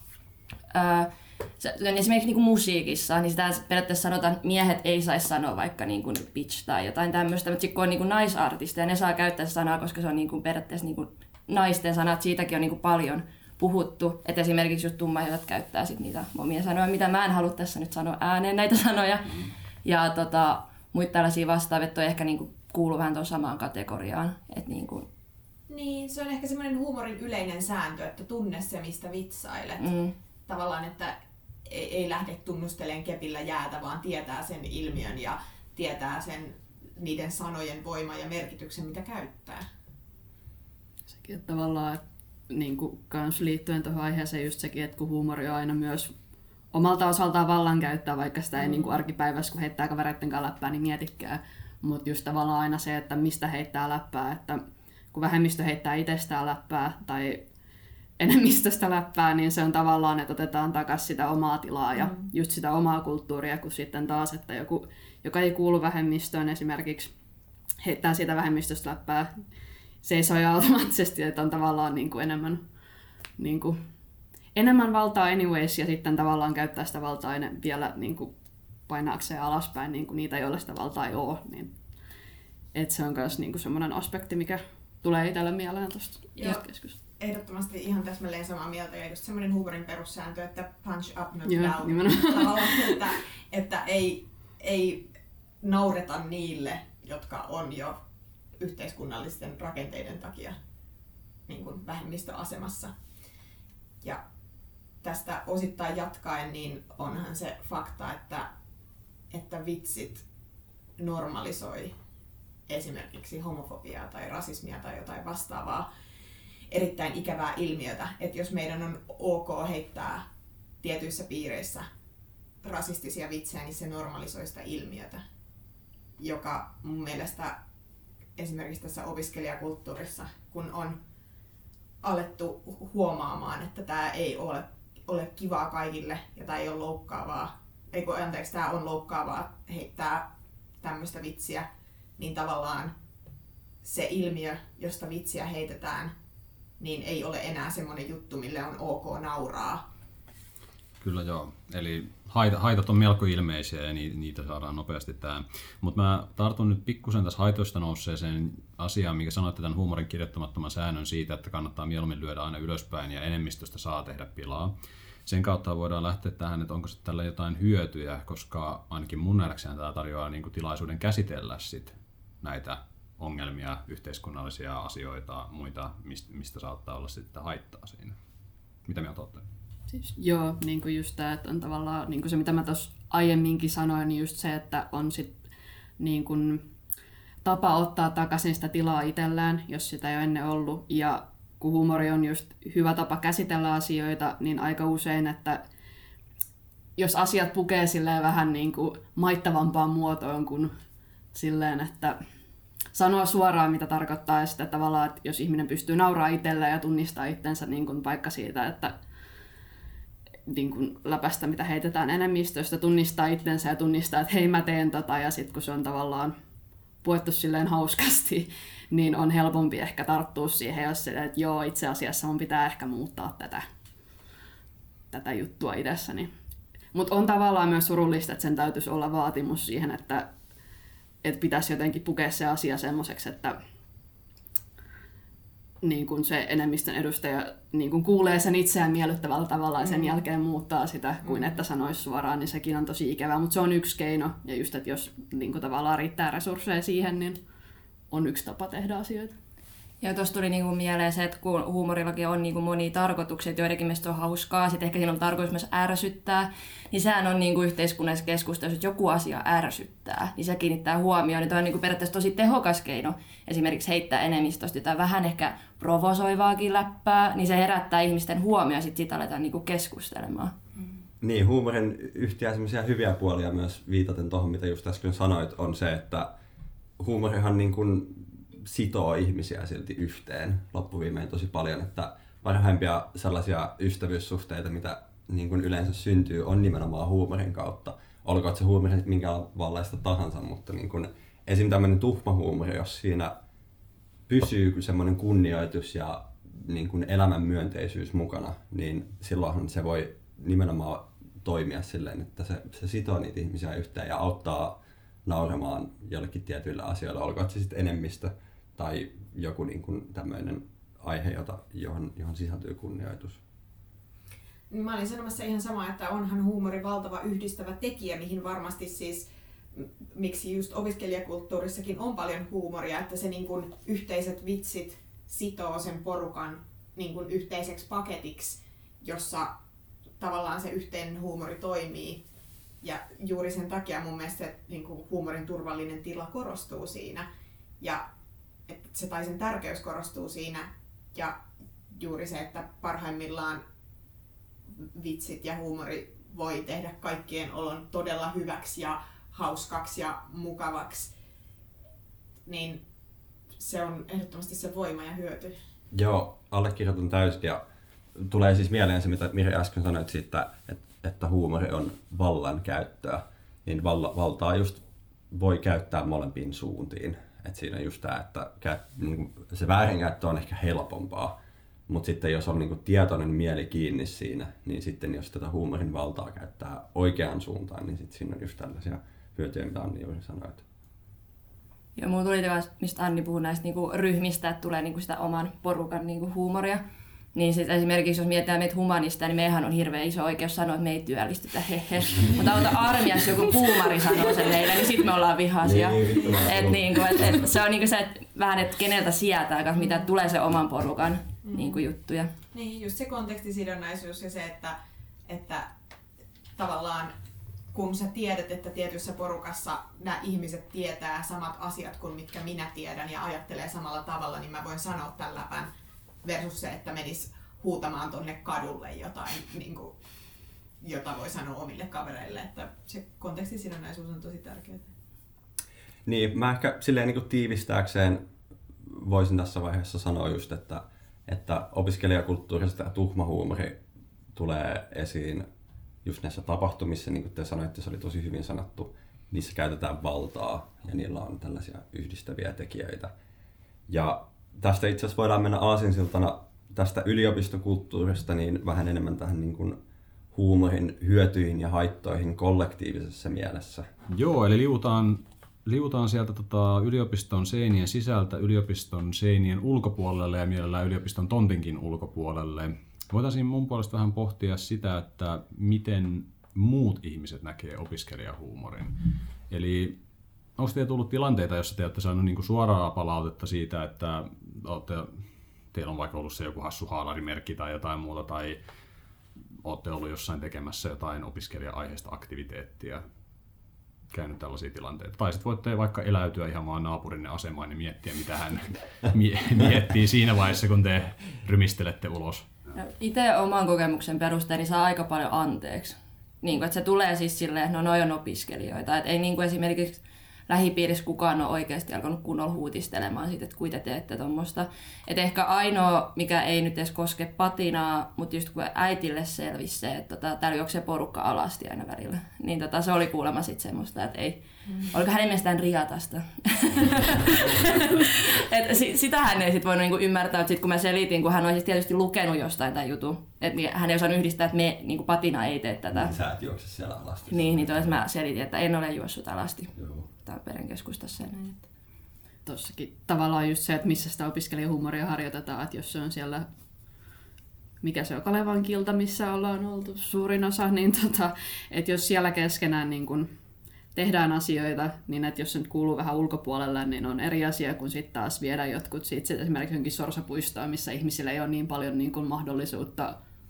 esimerkiksi niinku musiikissa, niin sitä periaatteessa sanotaan, että miehet ei saisi sanoa vaikka niinku bitch tai jotain tämmöistä, mutta sitten kun on niinku naisartisteja, ne saa käyttää sanaa, koska se on niinku periaatteessa niinku naisten sanat, siitäkin on niinku paljon puhuttu, että esimerkiksi just tummahiukat käyttää sit niitä omia sanoja, mitä mä en halua tässä nyt sanoa ääneen näitä sanoja, ja muita tällaisia vastaavia, toi ehkä niinku kuuluu vähän tuon samaan kategoriaan, että niinku. Niin, se on ehkä semmoinen huumorin yleinen sääntö, että tunne se, mistä vitsailet. Tavallaan, että ei lähde tunnustelemaan kepillä jäätä, vaan tietää sen ilmiön ja tietää niiden sanojen voiman ja merkityksen, mitä käyttää. Sekin, että tavallaan niin kuin kans liittyen tuohon aiheeseen just sekin, että kun huumori on aina myös omalta osaltaan vallankäyttää, vaikka sitä ei niin kuin arkipäivässä, kun heittää kavereitten kanssa läppää, niin mietikään. Mutta just tavallaan aina se, että mistä heittää läppää, että kun vähemmistö heittää itsestään läppää tai enemmistöstä läppää, niin se on tavallaan, että otetaan takaisin sitä omaa tilaa ja just sitä omaa kulttuuria, kun sitten taas, että joku, joka ei kuulu vähemmistöön esimerkiksi, heittää siitä vähemmistöstä läppää, se ei soja automaattisesti, että on tavallaan niin kuin enemmän valtaa anyways, ja sitten tavallaan käyttää sitä valtaa vielä niin kuin painaakseen alaspäin niin kuin niitä, joilla sitä valtaa ei ole. Niin, että se on myös niin kuin semmoinen aspekti, mikä tulee itselle mieleen tuosta keskustelusta. Ehdottomasti ihan täsmälleen samaa mieltä ja just semmoinen huumorin perussääntö, että punch up, not down. Että ei naureta niille, jotka on jo yhteiskunnallisten rakenteiden takia niin kuin vähemmistöasemassa. Ja tästä osittain jatkaen, niin onhan se fakta, että vitsit normalisoi esimerkiksi homofobiaa tai rasismia tai jotain vastaavaa erittäin ikävää ilmiötä, että jos meidän on ok heittää tietyissä piireissä rasistisia vitsejä, niin se normalisoi sitä ilmiötä, joka mun mielestä esimerkiksi tässä opiskelijakulttuurissa, kun on alettu huomaamaan, että tämä ei ole kivaa kaikille ja tämä ei ole loukkaavaa, tämä on loukkaavaa heittää tämmöistä vitsiä, niin tavallaan se ilmiö, josta vitsiä heitetään, niin ei ole enää semmoinen juttu, mille on ok nauraa. Kyllä joo. Eli haitat on melko ilmeisiä ja niitä saadaan nopeasti tähän. Mutta mä tartun nyt pikkusen tässä haitoista nousseeseen asiaan, mikä sanoitte tämän huumorin kirjoittamattoman säännön siitä, että kannattaa mieluummin lyödä aina ylöspäin ja enemmistöstä saa tehdä pilaa. Sen kautta voidaan lähteä tähän, että onko tällä jotain hyötyjä, koska ainakin mun nähdäkseen tämä tarjoaa niin kuin tilaisuuden käsitellä sit näitä ongelmia, yhteiskunnallisia asioita, muita, mistä saattaa olla sitten haittaa siinä. Mitä mieltä olette? Siis, joo, niin kuin just tämä, että on tavallaan niin kuin se, mitä mä tuossa aiemminkin sanoin, niin just se, että on sit niin kuin tapa ottaa takaisin sitä tilaa itsellään, jos sitä ei ole ennen ollut. Ja kun huumori on just hyvä tapa käsitellä asioita, niin aika usein, että jos asiat pukee silleen vähän niin kuin maittavampaan muotoon kuin silleen, että sanoa suoraan, mitä tarkoittaa, ja sitä tavallaan, että jos ihminen pystyy nauraa itselleen ja tunnistaa itsensä niin kuin vaikka siitä, että niin kuin läpästä, mitä heitetään enemmistöstä, tunnistaa itsensä ja tunnistaa, että hei mä teen tota, ja sitten kun se on tavallaan puettu silleen hauskasti, niin on helpompi ehkä tarttua siihen, jos se, että joo, itse asiassa mun pitää ehkä muuttaa tätä juttua itsessäni. Mutta on tavallaan myös surullista, että sen täytyisi olla vaatimus siihen, että pitäisi jotenkin pukea se asia semmoiseksi, että niin kuin se enemmistön edustaja niin kuin kuulee sen itseään miellyttävällä tavalla ja sen jälkeen muuttaa sitä, kuin että sanoisi suoraan, niin sekin on tosi ikävää. Mutta se on yksi keino, ja just, että jos niin kuin tavallaan riittää resursseja siihen, niin on yksi tapa tehdä asioita. Ja tuossa tuli niinku mieleen se, että kun huumorillakin on niinku monia tarkoituksia, että joidenkin mielestä on hauskaa, sitten ehkä siinä on tarkoitus myös ärsyttää, niin sehän on niinku yhteiskunnallisessa keskustelussa, että joku asia ärsyttää, niin se kiinnittää huomioon. Niin toi on niinku periaatteessa tosi tehokas keino esimerkiksi heittää enemmistöstä jotain vähän ehkä provosoivaakin läppää, niin se herättää ihmisten huomioon ja sitten siitä aletaan niinku keskustelemaan. Niin, huumorin yhtiä semmoisia hyviä puolia myös viitaten tuohon, mitä just äsken sanoit, on se, että huumorihan niin kuin sitoo ihmisiä silti yhteen loppuviimein tosi paljon, että parhaimpia sellaisia ystävyyssuhteita, mitä niin kuin yleensä syntyy, on nimenomaan huumorin kautta. Olkoon se huumori minkälaista tahansa, mutta niin kuin, esim. Tämmöinen tuhma huumori, jos siinä pysyy semmoinen kunnioitus ja niin kuin elämänmyönteisyys mukana, niin silloinhan se voi nimenomaan toimia silleen, että se sitoo niitä ihmisiä yhteen ja auttaa nauramaan jollekin tietyillä asioilla, olkoon se sitten enemmistö tai joku niin kuin tämmöinen aihe, johon sisältyy kunnioitus. Mä olin sanomassa ihan sama, että onhan huumori valtava yhdistävä tekijä, mihin varmasti siis, miksi just opiskelijakulttuurissakin on paljon huumoria, että se niin kuin yhteiset vitsit sitoo sen porukan niin kuin yhteiseksi paketiksi, jossa tavallaan se yhteinen huumori toimii. Ja juuri sen takia mun mielestä se niin kuin huumorin turvallinen tila korostuu siinä. Ja että se tai sen tärkeys korostuu siinä. Ja juuri se, että parhaimmillaan vitsit ja huumori voi tehdä kaikkien olon todella hyväksi ja hauskaksi ja mukavaksi. Niin se on ehdottomasti se voima ja hyöty. Joo, allekirjoitan täysin. Ja tulee siis mieleen se, mitä Mirja äsken sanoit siitä, että huumori on vallan käyttöä, niin valtaa just voi käyttää molempiin suuntiin. Et siinä on just tämä, että se väärinkäyttö on ehkä helpompaa, mutta sitten jos on niinku tietoinen mieli kiinni siinä, niin sitten jos tätä huumorin valtaa käyttää oikeaan suuntaan, niin sitten siinä on just tällaisia hyötyjä, mitä Anni juuri sanoit. Ja mulla tuli mistä Anni puhui näistä niinku ryhmistä, että tulee niinku sitä oman porukan niinku huumoria. Niin sit esimerkiksi jos mietitään meitä humanisteja, niin meihän on hirveän iso oikeus sanoa, että me ei työllistytä, hehe. Mutta armiassa joku puumari sanoo sen meille, niin sit me ollaan vihaisia. Et se on niinku se, että vähän, että keneltä sietää, mitä tulee se oman porukan niinku juttuja. Niin, just se kontekstisidonnaisuus ja se, että tavallaan kun sä tiedät, että tietyssä porukassa nämä ihmiset tietää samat asiat kuin mitkä minä tiedän ja ajattelee samalla tavalla, niin mä voin sanoa tämän läpän. Versus se, että menis huutamaan tonne kadulle jotain, niin kuin, jota voi sanoa omille kavereille, että se kontekstisidonnaisuus on tosi tärkeää. Niin, mä ehkä silleen niin kuin tiivistääkseen voisin tässä vaiheessa sanoa just, että opiskelijakulttuurista ja tuhma huumori tulee esiin just näissä tapahtumissa, niin kuin te sanoitte, se oli tosi hyvin sanottu, niissä käytetään valtaa ja niillä on tällaisia yhdistäviä tekijöitä. Ja tästä itse asiassa voidaan mennä aasinsiltana tästä yliopistokulttuurista niin vähän enemmän tähän niin kuin huumorin hyötyihin ja haittoihin kollektiivisessa mielessä. Joo, eli liutaan sieltä yliopiston seinien sisältä yliopiston seinien ulkopuolelle ja mielellään yliopiston tontinkin ulkopuolelle. Voitaisiin mun puolesta vähän pohtia sitä, että miten muut ihmiset näkee opiskelijahuumorin. Eli onko teillä tullut tilanteita, jossa te olette saaneet niinku suoraa palautetta siitä, että teillä on vaikka ollut se joku hassu haalarimerkki tai jotain muuta, tai olette ollut jossain tekemässä jotain opiskelija-aiheista aktiviteettia, käynyt tällaisia tilanteita. Tai sitten voitte vaikka eläytyä ihan vaan naapurinne asemaan ja miettiä, mitä hän miettii siinä vaiheessa, kun te rymistelette ulos. No, itse oman kokemuksen perusteella niin saa aika paljon anteeksi. Niin, että se tulee siis silleen, että noi on opiskelijoita. Et ei niin kuin esimerkiksi lähipiirissä kukaan ole oikeasti alkanut kunnolla huutistelemaan siitä, että kuinka te teette tuommoista. Et ehkä ainoa, mikä ei nyt edes koske patinaa, mutta just kun äitille selvisi se, että täällä juoksee porukka alasti aina välillä, niin se oli kuulemma sitten semmoista, että ei, oliko hänen mielestään riatasta. Sitähän ei sitten voinut niinku ymmärtää, että sit kun mä selitin, kun hän olisi tietysti lukenut jostain tämän jutun, että hän ei osannut yhdistää, että me niinku patina ei tee tätä. Niin sä et juokse siellä alasti. Niin mä selitin, että en ole juossut alasti. Joo. Tampereen keskustassa ja näin. tossakin tavallaan just se, että missä sitä opiskelijahuumoria harjoitetaan, että jos se on siellä, mikä se on, Kalevan kilta, missä ollaan oltu suurin osa, niin että jos siellä keskenään niin kun tehdään asioita, niin että jos se nyt kuuluu vähän ulkopuolelle, niin on eri asia kuin sitten taas viedä jotkut sit esimerkiksi jonkin sorsapuistoon, missä ihmisillä ei ole niin paljon niin kun mahdollisuutta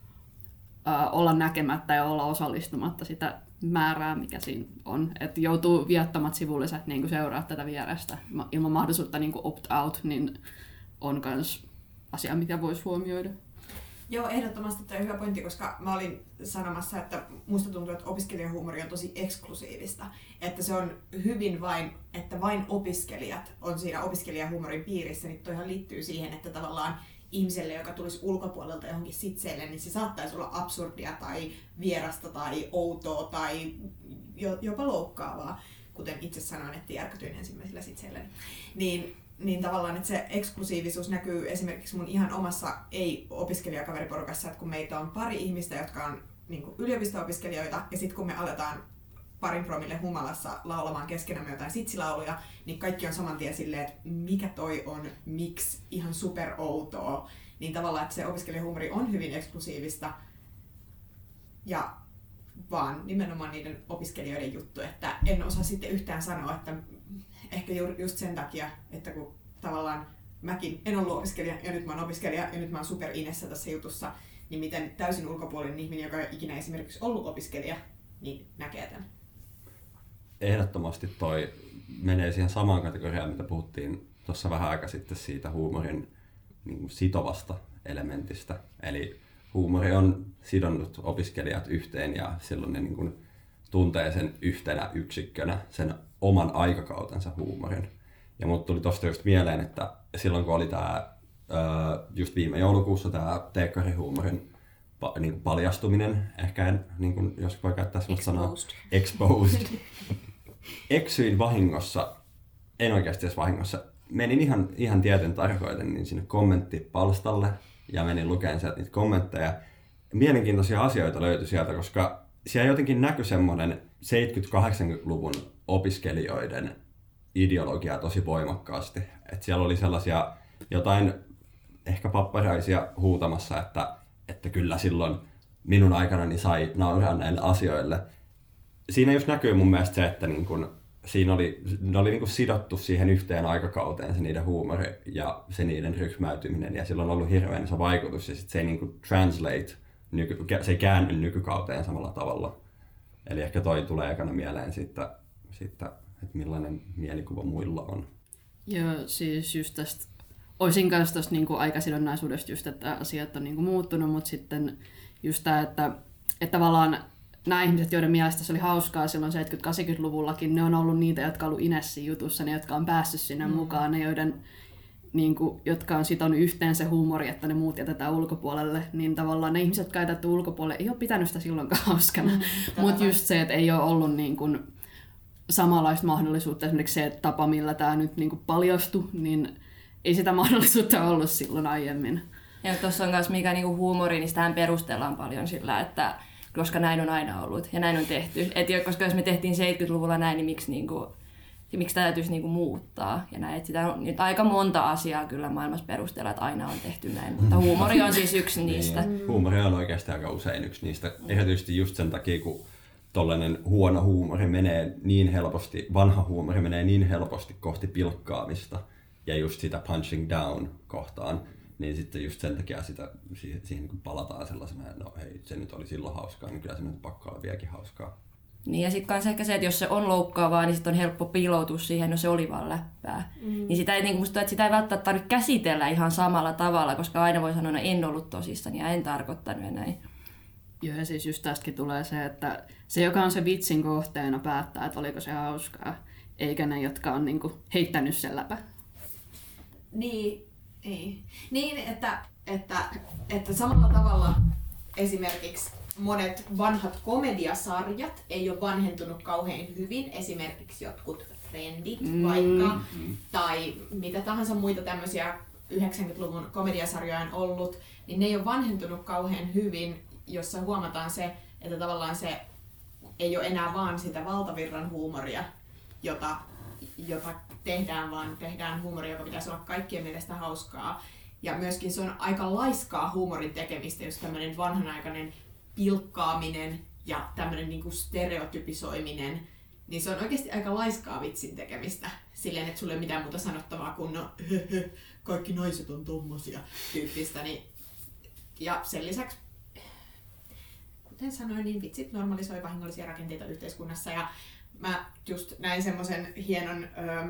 olla näkemättä ja olla osallistumatta sitä määrää, mikä siinä on. Että joutuu viattomat sivulliset niin seuraa tätä vierestä ilman mahdollisuutta niin opt-out, niin on myös asia, mikä voisi huomioida. Joo, ehdottomasti tämä on hyvä pointti, koska mä olin sanomassa, että musta tuntuu, että opiskelijahuumori on tosi eksklusiivista. Että se on hyvin vain opiskelijat on siinä opiskelijahuumorin piirissä, niin toihan liittyy siihen, että tavallaan ihmiselle, joka tulisi ulkopuolelta johonkin sitseille, niin se saattaisi olla absurdia tai vierasta tai outoa tai jopa loukkaavaa, kuten itse sanoin, että järkytyin ensimmäisillä sitseillä. Niin tavallaan, että se eksklusiivisuus näkyy esimerkiksi mun ihan omassa ei-opiskelijakaveriporukassa, että kun meitä on pari ihmistä, jotka on niin kuin yliopisto-opiskelijoita, ja sitten kun me aletaan parin promille humalassa laulamaan keskenämme jotain sitsilauluja, niin kaikki on saman tien silleen, että mikä toi on, miksi, ihan super outoa. Niin tavallaan, että se opiskelijahuumori on hyvin eksklusiivista ja vaan nimenomaan niiden opiskelijoiden juttu, että en osaa sitten yhtään sanoa, että ehkä just sen takia, että kun tavallaan mäkin en ollut opiskelija ja nyt mä oon opiskelija ja nyt mä oon super inessä tässä jutussa, niin miten täysin ulkopuolinen ihminen, joka ei ikinä esimerkiksi ollut opiskelija, niin näkee tämän. Ehdottomasti toi menee siihen samaan kategoriaan, mitä puhuttiin tuossa vähän aika sitten siitä huumorin niin kuin sitovasta elementistä. Eli huumori on sidonnut opiskelijat yhteen ja silloin ne niin kuin tuntee sen yhtenä yksikkönä, sen oman aikakautensa huumorin. Ja mut tuli tosta just mieleen, että silloin kun oli tää just viime joulukuussa tää teekkarihuumorin niin paljastuminen, ehkä en, niin kuin, jos voi käyttää sellaista sanaa, exposed. Eksyin vahingossa, en oikeasti edes vahingossa, menin ihan tietyn tarkoiten niin sinne kommenttipalstalle ja menin lukemaan sieltä niitä kommentteja. Mielenkiintoisia asioita löytyi sieltä, koska siellä jotenkin näkyi semmoinen 70-80-luvun opiskelijoiden ideologia tosi voimakkaasti. Et siellä oli sellaisia jotain ehkä papparaisia huutamassa, että kyllä silloin minun aikanani sai nauraa näille asioille. Siinä just näkyy mun mielestä se, että niin kun, ne oli niin kun sidottu siihen yhteen aikakauteen se niiden huumori ja se niiden ryhmäytyminen ja sillä on ollut hirveän iso vaikutus ja sit se ei niin kun translate, se ei käänny nykykauteen samalla tavalla. Eli ehkä toi tulee ekana mieleen siitä, että millainen mielikuva muilla on. Joo, siis just tästä, olisin kanssa tuosta niinku aikasidonnaisuudesta just, että asiat on niinku muuttunut, mutta sitten just tämä, että tavallaan nämä ihmiset, joiden mielestä se oli hauskaa silloin 70-80-luvullakin, ne on ollut niitä, jotka on ollut Inessin jutussa, ne, jotka on päässyt sinne mukaan, ne, jotka on sitonut yhteen se huumori, että ne muut jätetään ulkopuolelle, niin tavallaan ne ihmiset, jotka jätetään ulkopuolelle, ei ole pitänyt sitä silloinkaan hauskana. Mutta just se, että ei ole ollut niin kuin samanlaista mahdollisuutta, esimerkiksi se tapa, millä tämä nyt niin kuin paljastui, niin ei sitä mahdollisuutta ollut silloin aiemmin. Ja tuossa on myös mikä niinku huumori, niin sitähän perustellaan paljon sillä, että koska näin on aina ollut ja näin on tehty. Koska jos me tehtiin 70-luvulla näin, niin miksi tämä täytyisi niinku muuttaa? Ja näin, sitä on nyt aika monta asiaa kyllä maailmassa perustella, että aina on tehty näin, mutta huumori on siis yksi niistä. Huumori on oikeasti aika usein yksi niistä. Erityisesti just sen takia, kun tollainen huono huumori menee niin helposti, vanha huumori menee niin helposti kohti pilkkaamista ja just sitä punching down kohtaan, niin sitten just sen takia siihen kun palataan sellaisena, että no hei, se nyt oli silloin hauskaa, niin kyllä se nyt pakko olla vieläkin hauskaa. Niin ja sitten kanssa ehkä se, että jos se on loukkaavaa, niin sitten on helppo piiloutua siihen, no se oli vaan läppää. Niin sitä ei, niin musta, että sitä ei välttämättä tarvitse käsitellä ihan samalla tavalla, koska aina voi sanoa, että en ollut tosissani ja en tarkoittanut ja näin. Joo, ja siis just tästäkin tulee se, että se, joka on se vitsin kohteena, päättää, että oliko se hauskaa, eikä ne, jotka on niinku heittänyt sen läpä. Niin, että samalla tavalla esimerkiksi monet vanhat komediasarjat ei ole vanhentunut kauhean hyvin, esimerkiksi jotkut Friendit vaikka, tai mitä tahansa muita tämmöisiä 90-luvun komediasarjoja on ollut, niin ne ei ole vanhentunut kauhean hyvin, jossa huomataan se, että tavallaan se ei ole enää vaan sitä valtavirran huumoria, jota tehdään, vaan tehdään huumoria, joka pitäisi olla kaikkien mielestä hauskaa. Ja myöskin se on aika laiskaa huumorin tekemistä, jos tämmöinen vanhanaikainen pilkkaaminen ja tämmöinen niinku stereotypisoiminen, niin se on oikeasti aika laiskaa vitsin tekemistä. Silleen, että sulla ei ole mitään muuta sanottavaa kuin no, kaikki naiset on tommosia tyyppistä. Ja sen lisäksi, kuten sanoin, niin vitsit normalisoi vahingollisia rakenteita yhteiskunnassa. Ja mä just näin semmoisen hienon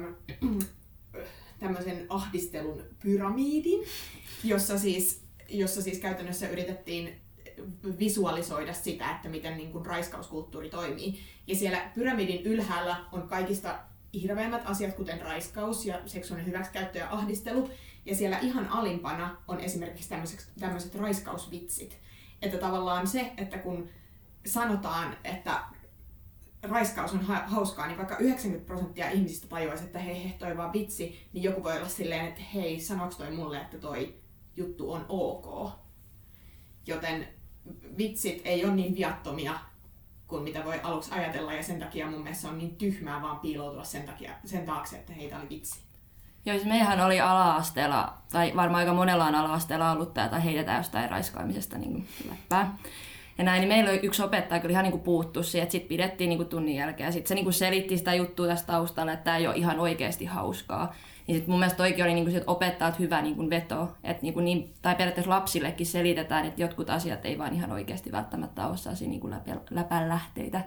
tämmöisen ahdistelun pyramidin, jossa siis käytännössä yritettiin visualisoida sitä, että miten niin kuin raiskauskulttuuri toimii. Ja siellä pyramidin ylhäällä on kaikista hirveimmät asiat, kuten raiskaus ja seksuaalinen hyväksikäyttö ja ahdistelu. Ja siellä ihan alimpana on esimerkiksi tämmöiset raiskausvitsit. Että tavallaan se, että kun sanotaan, että raiskaus on hauskaa, niin vaikka 90% ihmisistä tajuaisi, että hei, toi vaan vitsi, niin joku voi olla silleen, että hei, sanoks toi mulle, että toi juttu on ok. Joten vitsit ei ole niin viattomia kuin mitä voi aluksi ajatella, ja sen takia mun mielestä on niin tyhmää vaan piiloutua sen taakse, että hei, tää oli vitsi. Joo, siis meillähän oli ala-asteella, tai varmaan aika monella on ala-asteella ollut tämä, tai heitetään jostain raiskaamisesta niin läppää. Ja näin, niin meillä oli yksi opettaja kyllä ihan niin kuin puuttu siihen, että sitten pidettiin niin kuin tunnin jälkeen. Ja sitten se niin kuin selitti sitä juttua tästä taustalla, että tämä ei ole ihan oikeasti hauskaa. Niin sit mun mielestä toikin oli niin kuin opettajat hyvä niin kuin veto. Että niin, tai periaatteessa lapsillekin selitetään, että jotkut asiat ei vaan ihan oikeasti välttämättä ole sellaisia niin kuin läpänlähteitä.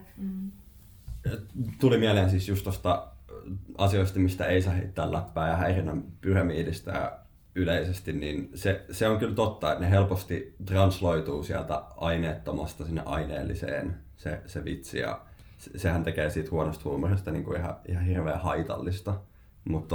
Tuli mieleen siis just tuosta asioista, mistä ei saa heittää läppää ja häirinnän pyramidista ja yleisesti, niin se on kyllä totta, että ne helposti transloituu sieltä aineettomasta sinne aineelliseen se vitsi, ja sehän tekee siitä huonosta huumorista niin kuin ihan hirveän haitallista. Mutta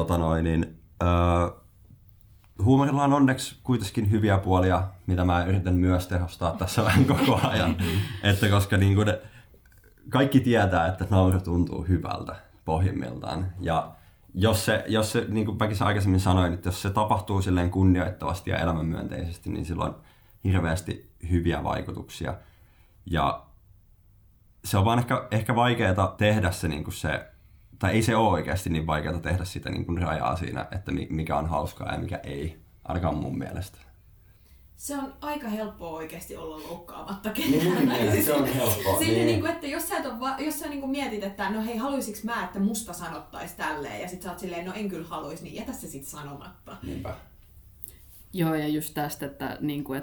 huumorilla on onneksi kuitenkin hyviä puolia, mitä mä yritän myös tehostaa tässä vähän koko ajan. Että koska niin kuin kaikki tietää, että nauru tuntuu hyvältä pohjimmiltaan. Ja jos se, niin kuin mäkin aikaisemmin sanoin, että jos se tapahtuu silleen kunnioittavasti ja elämänmyönteisesti, niin sillä on hirveästi hyviä vaikutuksia. Ja se on vaan ehkä vaikeaa tehdä se, niin kuin se, tai ei se ole oikeasti niin vaikeaa tehdä sitä niin kuin rajaa siinä, että mikä on hauskaa ja mikä ei, ainakaan mun mielestä. Se on aika helppoa oikeasti olla loukkaamatta ketään. Niin, se on helppoa. Silleen, niin. Että jos sä niin mietit, että no hei, haluisiks mä, että musta sanottais tälleen, ja sit sä oot silleen, no en kyllä haluis, niin jätä se sit sanomatta. Niinpä. Joo, ja just tästä, että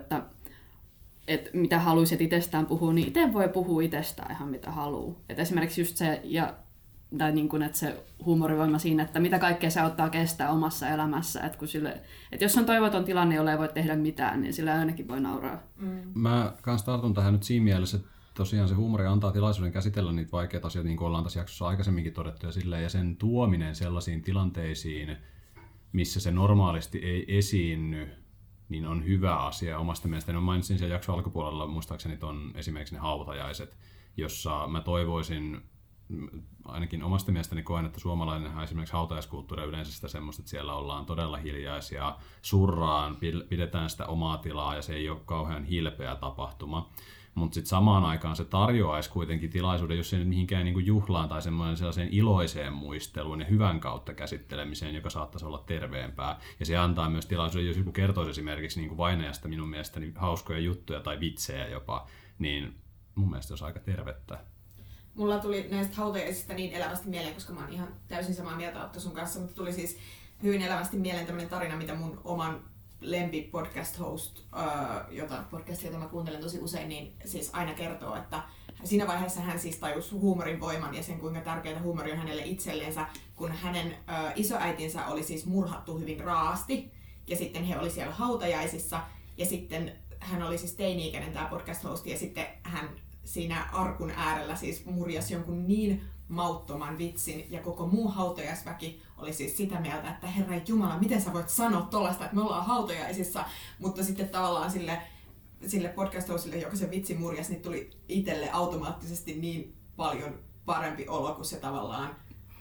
mitä haluaisit itsestään puhua, niin itse voi puhua itsestään ihan mitä haluaa. Että esimerkiksi just se, tai niin kuin, että se huumorivoima siinä, että mitä kaikkea se auttaa kestää omassa elämässä. Että jos on toivoton tilanne, jolle ei voi tehdä mitään, niin sillä ainakin voi nauraa. Mä kans tartun tähän nyt siinä mielessä, että tosiaan se huumori antaa tilaisuuden käsitellä niitä vaikeita asioita, niin kuin ollaan tässä jaksossa aikaisemminkin todettu, ja sen tuominen sellaisiin tilanteisiin, missä se normaalisti ei esiinny, niin on hyvä asia omasta mielestäni. No mainitsin sen jakson alkupuolella, muistaakseni on esimerkiksi ne hautajaiset, jossa mä toivoisin, ainakin omasta mielestäni koen, että suomalainen esimerkiksi hautajaiskulttuuri yleensä sitä semmoista, että siellä ollaan todella hiljaisia, surraan, pidetään sitä omaa tilaa ja se ei ole kauhean hilpeä tapahtuma. Mutta sitten samaan aikaan se tarjoaisi kuitenkin tilaisuuden, jos ei nyt mihinkään niinku juhlaan tai sellaiseen iloiseen muisteluun ja hyvän kautta käsittelemiseen, joka saattaisi olla terveempää. Ja se antaa myös tilaisuuden, jos joku kertoisi esimerkiksi niinku vainajasta minun mielestäni hauskoja juttuja tai vitsejä jopa, niin mun mielestä se olisi aika tervettä. Mulla tuli näistä hautajaisista niin elävästi mieleen, koska mä oon ihan täysin samaa mieltä Otto sun kanssa, mutta tuli siis hyvin elävästi mieleen tämmönen tarina, mitä mun oman lempi podcast host, jota mä kuuntelen tosi usein, niin siis aina kertoo, että siinä vaiheessa hän siis tajusi huumorin voiman ja sen kuinka tärkeää huumori on hänelle itselleensä, kun hänen isoäitinsä oli siis murhattu hyvin raasti ja sitten he oli siellä hautajaisissa ja sitten hän oli siis teini-ikäinen tää podcast hosti ja sitten hän siinä arkun äärellä siis murjasi jonkun niin mauttoman vitsin ja koko muu hautajaisväki oli siis sitä mieltä, että herra jumala, miten sä voit sanoa tollaista, että me ollaan hautajaisissa, mutta sitten tavallaan sille podcast-hostille, joka se vitsi murjasi, niin tuli itselle automaattisesti niin paljon parempi olo, kun se tavallaan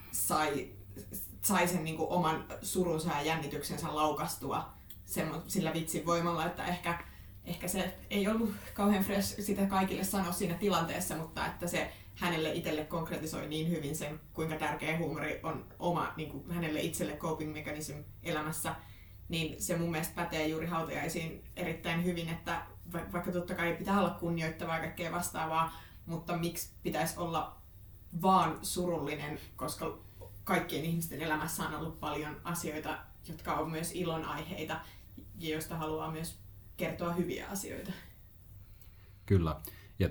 sai sen niin kuin oman surunsa ja jännityksensä laukastua sillä vitsin voimalla, että ehkä se ei ollut kauhean fresh sitä kaikille sanoa siinä tilanteessa, mutta että se hänelle itselle konkretisoi niin hyvin sen, kuinka tärkeä huumori on oma niin kuin hänelle itselle coping mechanism elämässä, niin se mun mielestä pätee juuri hautajaisiin erittäin hyvin, että vaikka totta kai pitää olla kunnioittavaa ja kaikkea vastaavaa, mutta miksi pitäisi olla vaan surullinen, koska kaikkien ihmisten elämässä on ollut paljon asioita, jotka on myös ilonaiheita ja joista haluaa myös kertoa hyviä asioita. Kyllä. Ja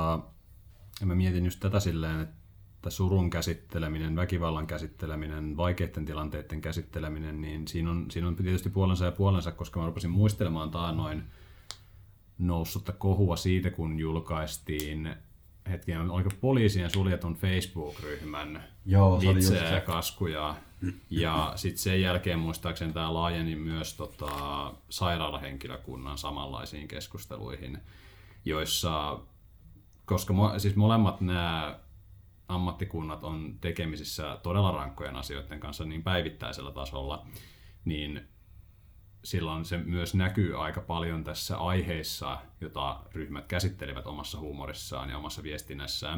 mä mietin just tätä silleen, että surun käsitteleminen, väkivallan käsitteleminen, vaikeiden tilanteiden käsitteleminen, niin siinä on tietysti puolensa ja puolensa, koska mä rupesin muistelemaan taannoin noussutta kohua siitä, kun julkaistiin oliko poliisien suljetun Facebook-ryhmän vitsejä ja kaskuja. Ja sitten sen jälkeen muistaakseni tämä laajeni myös sairaalahenkilökunnan samanlaisiin keskusteluihin, joissa, koska siis molemmat nämä ammattikunnat on tekemisissä todella rankkojen asioiden kanssa niin päivittäisellä tasolla, niin silloin se myös näkyy aika paljon tässä aiheissa, jota ryhmät käsittelivät omassa huumorissaan ja omassa viestinnässään.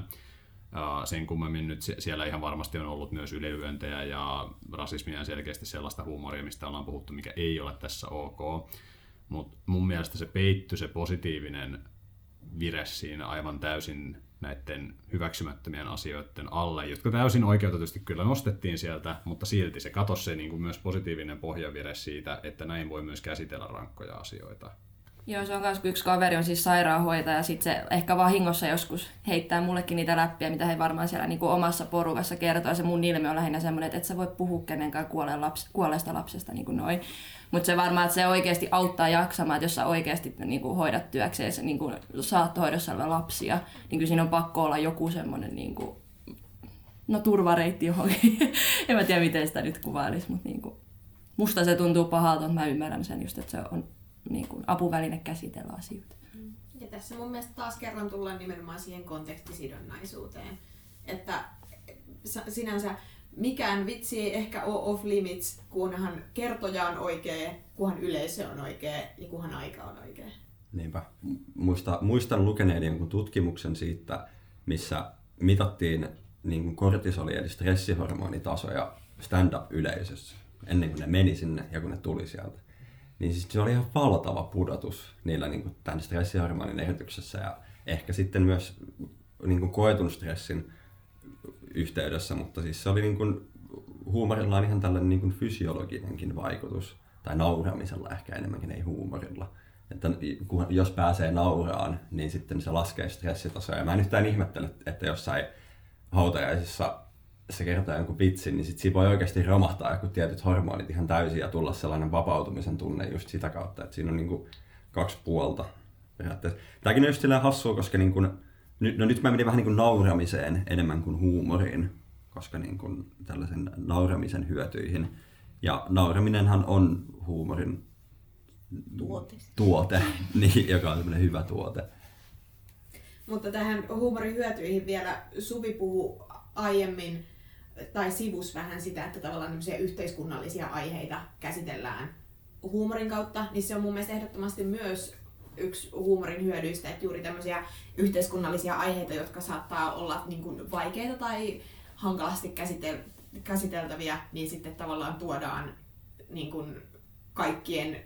Sen kummemmin nyt siellä ihan varmasti on ollut myös ylilyöntejä ja rasismia ja selkeästi sellaista huumoria, mistä ollaan puhuttu, mikä ei ole tässä ok. Mutta mun mielestä se peittyi se positiivinen vire siinä aivan täysin näiden hyväksymättömien asioiden alle, jotka täysin oikeutetusti kyllä nostettiin sieltä, mutta silti se katosi se niin kuin myös positiivinen pohjavire siitä, että näin voi myös käsitellä rankkoja asioita. Joo, se on myös, kun yksi kaveri on siis sairaanhoitaja ja sitten se ehkä vahingossa joskus heittää mullekin niitä läppiä, mitä he varmaan siellä niin kuin omassa porukassa kertoo. Ja se mun ilme on lähinnä semmoinen, että et sä voi puhua kenenkään kuolleesta lapsesta niin kuin noin. Mutta se varmaan, että se oikeasti auttaa jaksamaan, että jos sä oikeasti niin kuin hoidat työkseen niin kuin saattohoidossa olevia lapsia, niin kyllä siinä on pakko olla joku semmoinen niin kuin, turvareitti johonkin. En mä tiedä, miten sitä nyt kuvailisi, mutta niin kuin, musta se tuntuu pahalta, että mä ymmärrän sen just, että se on niin kuin apuväline käsitellä asioita. Ja tässä mun mielestä taas kerran tullaan nimenomaan siihen kontekstisidonnaisuuteen, että sinänsä mikään vitsi ei ehkä ole off limits, kunhan kertoja on oikea, kunhan yleisö on oikea ja kunhan aika on oikea. Niinpä. Muistan lukeneeni jonkun tutkimuksen siitä, missä mitattiin niin kuin kortisoli eli stressihormonitasoja stand-up-yleisössä ennen kuin ne meni sinne ja kun ne tuli sieltä. Niin siis se oli ihan valtava pudotus niillä niin kuin tämän stressihormonin ehdotuksessa ja ehkä sitten myös niin kuin koetun stressin yhteydessä, mutta siis se oli niin kuin, huumorilla on ihan tällainen niin kuin fysiologinenkin vaikutus, tai nauramisella ehkä enemmänkin, ei huumorilla. Että jos pääsee nauraan, niin sitten se laskee stressitasoa. Ja mä en yhtään ihmettele, että jossain hautajaisissa se kertoo jonkun vitsin, niin sit siinä voi oikeasti romahtaa joku tietyt hormonit ihan täysin ja tulla sellainen vapautumisen tunne just sitä kautta, että siinä on niin kuin kaksi puolta. Tämäkin on just silleen hassua, koska niin kuin, nyt mä menin vähän niin kuin nauramiseen enemmän kuin huumoriin, koska niin kuin tällaisen nauramisen hyötyihin. Ja nauraminenhan on huumorin tuote niin, joka on semmoinen hyvä tuote. Mutta tähän huumorin hyötyihin vielä Suvi puhui aiemmin, tai sivus vähän sitä, että tavallaan tämmöisiä yhteiskunnallisia aiheita käsitellään huumorin kautta, niin se on mun mielestä ehdottomasti myös yksi huumorin hyödyistä, että juuri tämmöisiä yhteiskunnallisia aiheita, jotka saattaa olla niin kuin vaikeita tai hankalasti käsiteltäviä, niin sitten tavallaan tuodaan niin kuin kaikkien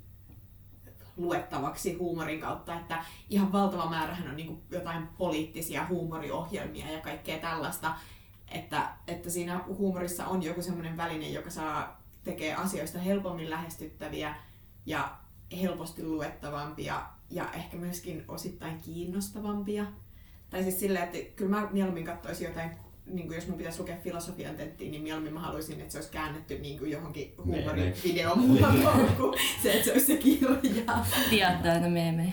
luettavaksi huumorin kautta, että ihan valtava määrähän on niin kuin jotain poliittisia huumoriohjelmia ja kaikkea tällaista, että siinä huumorissa on joku semmoinen väline, joka tekee asioista helpommin lähestyttäviä ja helposti luettavampia ja ehkä myöskin osittain kiinnostavampia. Tai siis silleen, että kyllä mä mieluummin katsoisin jotain, niin kuin jos mun pitäisi lukea filosofian tenttiin, niin mieluummin mä haluaisin, että se olisi käännetty niin kuin johonkin huumorivideon muotoon kuin se, että se olisi se kirja. Tiedätte meemejä.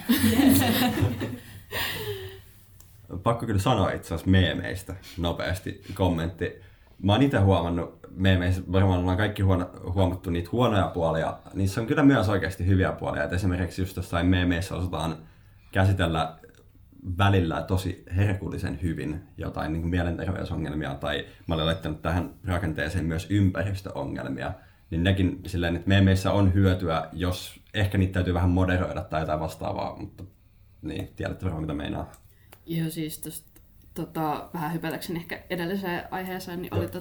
Pakko kyllä sanoa itse asiassa meemeistä nopeasti kommentti. Mä oon itse huomannut meemeissä, varmaan ollaan kaikki huomattu niitä huonoja puolia. Niissä on kyllä myös oikeasti hyviä puolia. Et esimerkiksi just jossain meemeissä osataan käsitellä välillä tosi herkullisen hyvin jotain niin kuin mielenterveysongelmia. Tai mä olen laittanut tähän rakenteeseen myös ympäristöongelmia. Niin nekin silleen, että meemeissä on hyötyä, jos ehkä niitä täytyy vähän moderoida tai jotain vastaavaa. Mutta niin, tiedätte varmaan mitä meinaa. Joo, siis tosta vähän hypätäkseni ehkä edelliseen aiheeseen, niin oli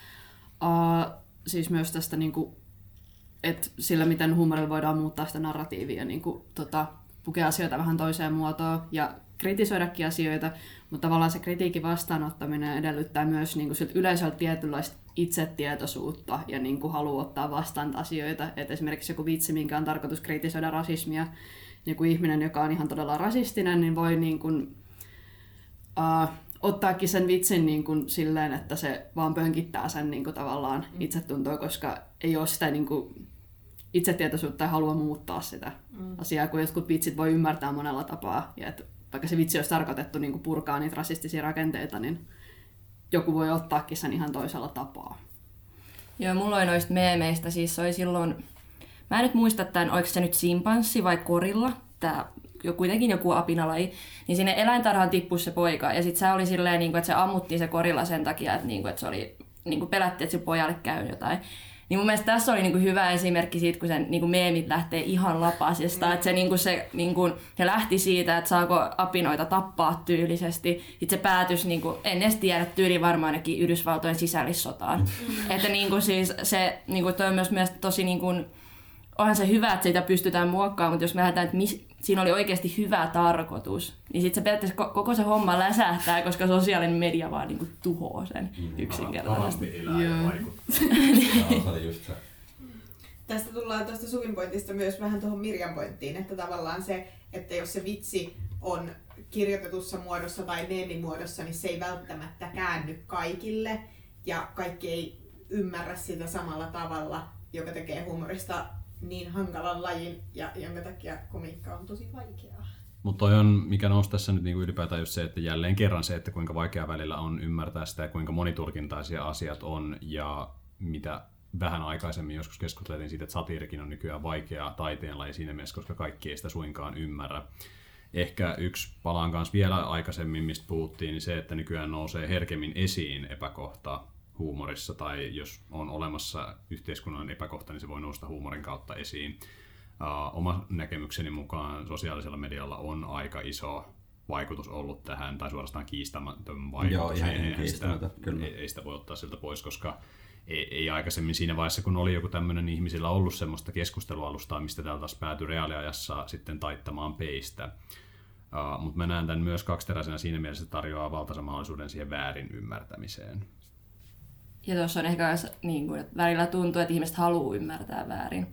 siis myös tästä niinku, että sillä miten huumorilla voidaan muuttaa sitä narratiivia, niinku, pukea asioita vähän toiseen muotoon ja kritisoidakin asioita, mutta tavallaan se kritiikin vastaanottaminen edellyttää myös niinku siltä yleisöltä tietynlaista itsetietoisuutta ja niinku halua ottaa vastaan asioita. Et esimerkiksi joku vitsi, minkä on tarkoitus kritisoida rasismia, joku ihminen, joka on ihan todella rasistinen, niin voi niinku, ottaakin sen vitsin niinku silleen, että se vaan pönkittää sen niinku tavallaan itsetuntoa, koska ei ole sitä niinku itsetietoisuutta ja halua muuttaa sitä asiaa, kun jotkut vitsit voi ymmärtää monella tapaa. Ja et vaikka se vitsi olisi tarkoitettu niin purkaa niitä rasistisia rakenteita, niin joku voi ottaakin sen ihan toisella tapaa. Joo, mulla oli noista meemeistä, siis oli silloin, mä en nyt muista, että oliko se nyt simpanssi vai korilla, tää kuitenkin joku apinalaji, niin sinne eläintarhaan tippui se poika, ja sit se oli silleen, että se ammuttiin se korilla sen takia, että se oli, pelättiin, että se pojalle käy jotain. Niin mun mielestä tässä oli hyvä esimerkki siitä, kun sen meemit lähtee ihan lapasesta. Että se lähti siitä, että saako apinoita tappaa tyylisesti. Sitten se päätys, en edes tiedä, tyyli varmaan ainakin Yhdysvaltojen sisällissotaan. Että siis se toi on myös tosi, onhan se hyvä, että sitä pystytään muokkaamaan, mutta jos me lähdetään, että siinä oli oikeasti hyvä tarkoitus, niin sitten se periaatteessa koko se homma läsähtää, koska sosiaalinen media vaan tuhoaa sen yksinkertaisesti. Tästä tullaan tuosta Suvin pointista myös vähän tuohon Mirjan pointtiin, että tavallaan se, että jos se vitsi on kirjoitetussa muodossa tai meemimuodossa, niin se ei välttämättä käänny kaikille ja kaikki ei ymmärrä sitä samalla tavalla, joka tekee huumorista niin hankalan lajin ja jonka takia komiikka on tosi vaikeaa. Mutta toi on, mikä nousi tässä nyt ylipäätään just se, että jälleen kerran se, että kuinka vaikea välillä on ymmärtää sitä ja kuinka monitulkintaisia asiat on ja mitä vähän aikaisemmin joskus keskusteltiin siitä, että satiirikin on nykyään vaikea taiteenlaji siinä mielessä, koska kaikki ei sitä suinkaan ymmärrä. Ehkä yksi palaan kanssa vielä aikaisemmin, mistä puhuttiin, niin se, että nykyään nousee herkemmin esiin epäkohta huumorissa, tai jos on olemassa yhteiskunnan epäkohta, niin se voi nousta huumorin kautta esiin. Oma näkemykseni mukaan sosiaalisella medialla on aika iso vaikutus ollut tähän, tai suorastaan kiistämätön vaikutus. Joo, ihan kiistämätön, kyllä. Ei sitä voi ottaa siltä pois, koska ei aikaisemmin siinä vaiheessa, kun oli joku tämmöinen ihmisillä ollut semmoista keskustelualustaa, mistä täällä taas päätyi reaaliajassa sitten taittamaan peistä. Mutta mä näen tämän myös kaksiteräisenä siinä mielessä, että tarjoaa valtaisen mahdollisuuden siihen väärin ymmärtämiseen. Ja tuossa on ehkä että välillä tuntuu, että ihmiset haluaa ymmärtää väärin.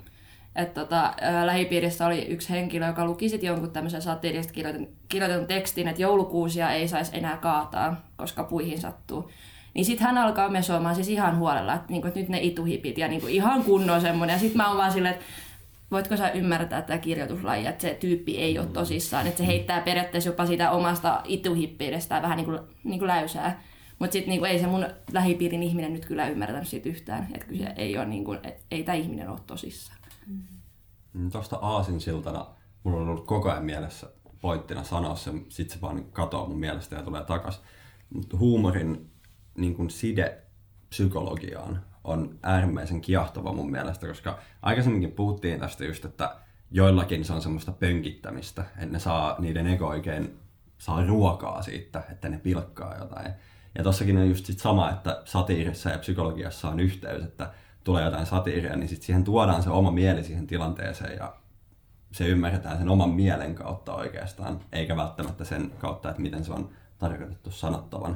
Lähipiirissä oli yksi henkilö, joka luki sitten jonkun tämmöisen satiirisesti kirjoitetun tekstin, että joulukuusia ei saisi enää kaataa, koska puihin sattuu. Niin sitten hän alkaa mesoamaan siis ihan huolella, että nyt ne ituhipit ja ihan kunnon semmoinen. Ja sitten mä oon vaan silleen, että voitko sä ymmärtää tätä kirjoituslajia, että se tyyppi ei ole tosissaan. Että se heittää periaatteessa jopa sitä omasta ituhippiidestään vähän niin kuin läysää. Mutta sitten ei se mun lähipiirin ihminen nyt kyllä ymmärtänyt siitä yhtään. Että kyllä se ei ole, ei tämä ihminen ole tosissaan. Tuosta aasinsiltana mulla on ollut koko ajan mielessä pointtina sanoa se, sit se vaan katoaa mun mielestä ja tulee takas. Mutta huumorin side psykologiaan on äärimmäisen kiehtova mun mielestä, koska aikaisemminkin puhuttiin tästä just, että joillakin se on semmoista pönkittämistä, että ne saa, niiden ego oikein saa ruokaa siitä, että ne pilkkaa jotain. Ja tossakin on just sit sama, että satiirissa ja psykologiassa on yhteys, että tulee jotain satiiria, niin sit siihen tuodaan se oma mieli siihen tilanteeseen ja se ymmärretään sen oman mielen kautta oikeastaan, eikä välttämättä sen kautta, että miten se on tarkoitettu sanottavan.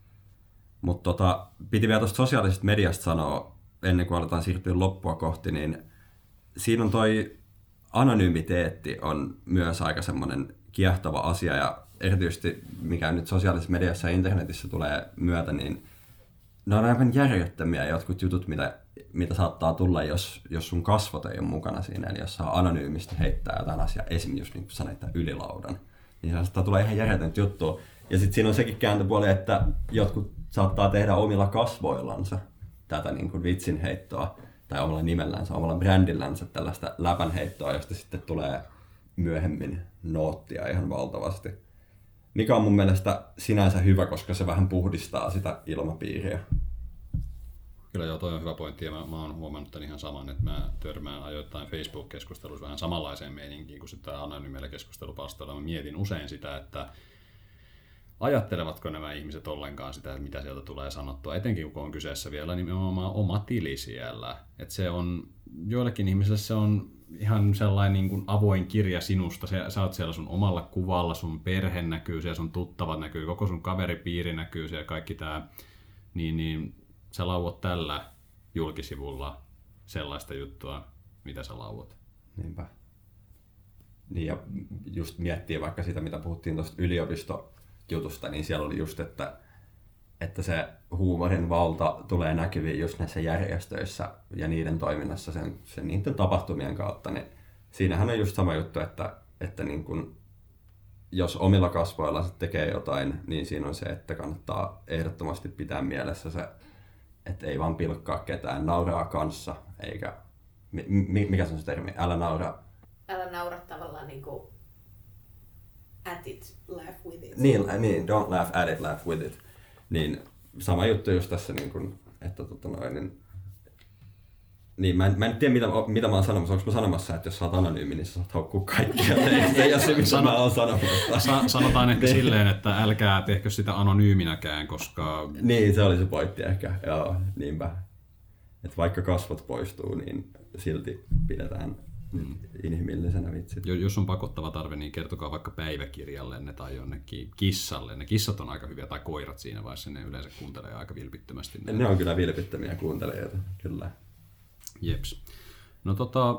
Mutta piti vielä tuosta sosiaalisesta mediasta sanoa, ennen kuin aletaan siirtyä loppua kohti, niin siinä on toi anonymiteetti on myös aika semmoinen kiehtova asia ja erityisesti mikä nyt sosiaalisessa mediassa ja internetissä tulee myötä, niin ne on aivan järjettömiä jotkut jutut, mitä saattaa tulla, jos sun kasvot ei ole mukana siinä, eli jos saa anonyymisti heittää jotain asiaa, esimerkiksi just niin kuin sanoit, ylilaudan, niin se saattaa tulla ihan järjetöntä juttua. Ja sitten siinä on sekin kääntöpuoli, että jotkut saattaa tehdä omilla kasvoillansa tätä niin kuin vitsinheittoa tai omalla nimellänsä, omalla brändillänsä tällaista läpänheittoa, josta sitten tulee myöhemmin noottia ihan valtavasti. Mikä on mun mielestä sinänsä hyvä, koska se vähän puhdistaa sitä ilmapiiriä. Kyllä joo, toi on hyvä pointti ja mä oon huomannut tämän ihan saman, että mä törmään ajoittain Facebook-keskustelussa vähän samanlaiseen meininkiin kuin sitä anonyymeillä keskustelupalstoilla. Mä mietin usein sitä, että ajattelevatko nämä ihmiset ollenkaan sitä, mitä sieltä tulee sanottua, etenkin kun on kyseessä vielä nimenomaan oma tili siellä. Että se on, joillekin ihmisille se on ihan sellainen niin kuin avoin kirja sinusta. Sä oot siellä sun omalla kuvalla, sun perhe näkyy siellä, sun tuttavat näkyy, koko sun kaveripiiri näkyy siellä, kaikki tää. Niin sä lauot tällä julkisivulla sellaista juttua, mitä sä lauot. Niinpä. Niin ja just miettii vaikka sitä, mitä puhuttiin tuosta yliopistojutusta, niin siellä oli just, että se huumorin valta tulee näkyviin just näissä järjestöissä ja niiden toiminnassa sen niiden tapahtumien kautta. Niin siinähän on just sama juttu, että niin kun, jos omilla kasvoilla tekee jotain, niin siinä on se, että kannattaa ehdottomasti pitää mielessä se, että ei vaan pilkkaa ketään, nauraa kanssa, eikä... Mikä se on se termi? Älä naura tavallaan niinku at it, laugh with it. Niin, don't laugh at it, laugh with it. Niin sama juttu just tässä, niin kun, että niin mä en tiedä mitä mä oon sanomassa. Onko mä sanomassa, että jos sä oot anonyymi, niin sä saat haukkua kaikkia. Ei ole se, mitä mä oon sanomassa. Sanotaan ehkä silleen, että älkää tehkö sitä anonyyminäkään, koska... Niin, se oli se pointti ehkä. Joo, niinpä. Että vaikka kasvot poistuu, niin silti pidetään inhimillisenä vitsit. Jos on pakottava tarve, niin kertokaa vaikka päiväkirjallenne tai jonnekin kissalle. Ne kissat on aika hyviä, tai koirat siinä vaiheessa, ne yleensä kuuntelee aika vilpittömästi. Ne on kyllä vilpittömiä kuuntelijoita, kyllä. Jeps. No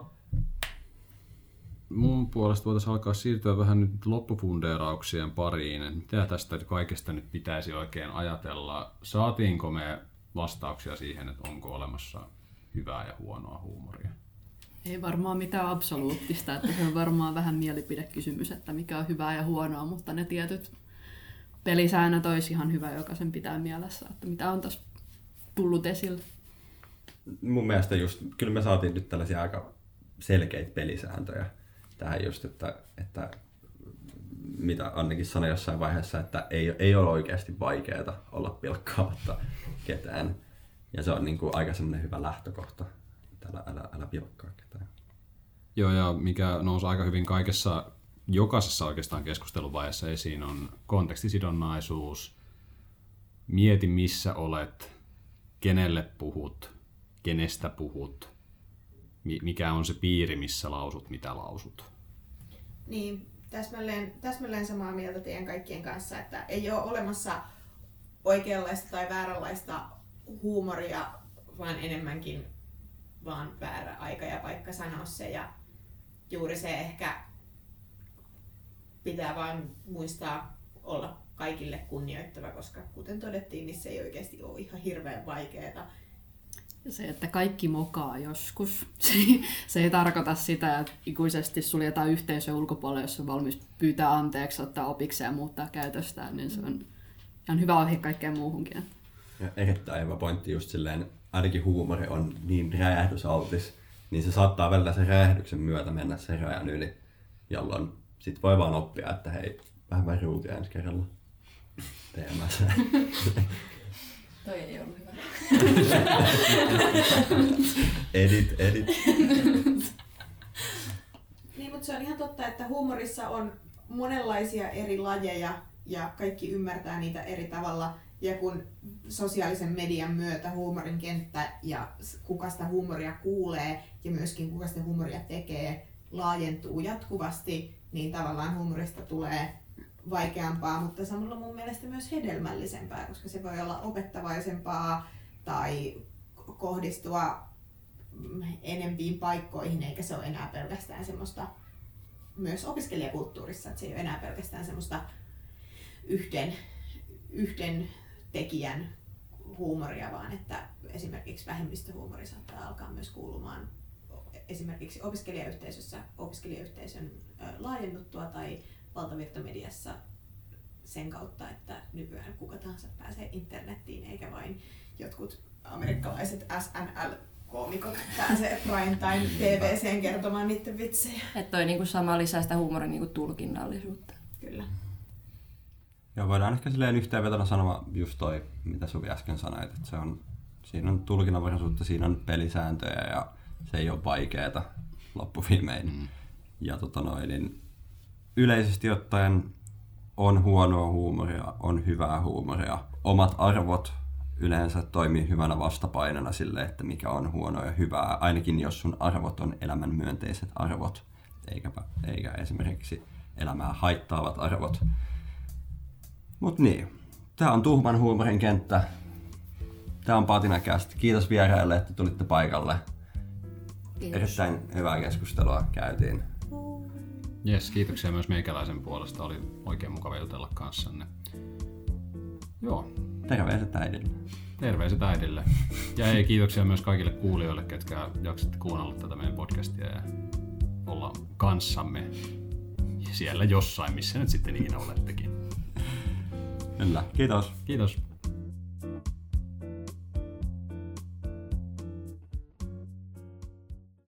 mun puolesta voitaisiin alkaa siirtyä vähän nyt loppufundeerauksien pariin. Mitä tästä kaikesta nyt pitäisi oikein ajatella? Saatiinko me vastauksia siihen, että onko olemassa hyvää ja huonoa huumoria? Ei varmaan mitään absoluuttista, että se on varmaan vähän mielipidekysymys, että mikä on hyvää ja huonoa, mutta ne tietyt pelisäännöt olisi ihan hyvä jokaisen pitää mielessä, että mitä on tässä tullut esille. Mun mielestä kyllä me saatiin nyt tällaisia aika selkeitä pelisääntöjä tähän just, että mitä Annikin sanoi jossain vaiheessa, että ei ole oikeasti vaikeaa olla pilkkaamatta ketään. Ja se on niin kuin aika semmoinen hyvä lähtökohta, että älä pilkkaa ketään. Joo, ja mikä nousi aika hyvin jokaisessa oikeastaan keskusteluvaiheessa esiin on kontekstisidonnaisuus. Mieti missä olet, kenelle puhut, kenestä puhut, mikä on se piiri, missä lausut, mitä lausut. Niin, täsmälleen samaa mieltä teidän kaikkien kanssa, että ei ole olemassa oikeanlaista tai vääränlaista huumoria, vaan enemmänkin vaan väärä aika ja paikka sanoa se. Ja juuri se ehkä pitää vaan muistaa olla kaikille kunnioittava, koska kuten todettiin, niin se ei oikeasti ole ihan hirveän vaikeaa. Se, että kaikki mokaa joskus. Se ei tarkoita sitä, että ikuisesti suljetaan yhteisön ulkopuolelle, jos on valmis pyytää anteeksi, ottaa opiksi ja muuttaa käytöstään, niin se on ihan hyvä ohje kaikkeen muuhunkin. Ja erittäin hyvä pointti just silleen, ainakin huumori on niin räjähdysaltis, niin se saattaa välillä sen räjähdyksen myötä mennä sen rajan yli, jolloin sit voi vaan oppia, että hei, vähän väruutia ensi kerralla teemässä. Toi ei ollut hyvä. Edit. Niin, mutta se on ihan totta, että huumorissa on monenlaisia eri lajeja ja kaikki ymmärtää niitä eri tavalla. Ja kun sosiaalisen median myötä huumorin kenttä ja kuka sitä huumoria kuulee ja myöskin kuka sitä huumoria tekee laajentuu jatkuvasti, niin tavallaan huumorista tulee vaikeampaa, mutta samalla mun mielestä myös hedelmällisempää, koska se voi olla opettavaisempaa tai kohdistua enempiin paikkoihin, eikä se ole enää pelkästään semmoista myös opiskelijakulttuurissa, että se ei ole enää pelkästään semmoista yhden tekijän huumoria, vaan että esimerkiksi vähemmistöhuumori saattaa alkaa myös kuulumaan esimerkiksi opiskelijayhteisön laajennuttua tai valtavirtamediassa sen kautta, että nykyään kuka tahansa pääsee internettiin, eikä vain jotkut amerikkalaiset SNL-koomikot pääsee primetime TVC:n kertomaan niiden vitsejä. Että toi niinku sama lisää sitä huumorin niinku tulkinnallisuutta. Kyllä. Joo, voidaan ehkä silleen yhteenvetona sanoa just toi, mitä Suvi äsken sanoit, että siinä on tulkinnanvaraisuutta, siinä on pelisääntöjä ja se ei ole vaikeeta loppuviimein. Ja niin yleisesti ottaen on huonoa huumoria, on hyvää huumoria. Omat arvot yleensä toimii hyvänä vastapainona sille, että mikä on huonoa ja hyvää, ainakin jos sun arvot on elämän myönteiset arvot, eikä esimerkiksi elämää haittaavat arvot. Mut niin, tää on tuhman huumorin kenttä. Tää on Patina-cast. Kiitos vieraille, että tulitte paikalle. Kiitos. Erittäin hyvää keskustelua käytiin. Jes, kiitoksia myös meikäläisen puolesta. Oli oikein mukava jutella kanssanne. Joo. Terveiset äidille. Terveiset äidille. Ja hei, kiitoksia myös kaikille kuulijoille, ketkä jaksatte kuunnella tätä meidän podcastia ja olla kanssamme siellä jossain, missä nyt sitten ikinä olettekin. Kyllä. Kiitos. Kiitos.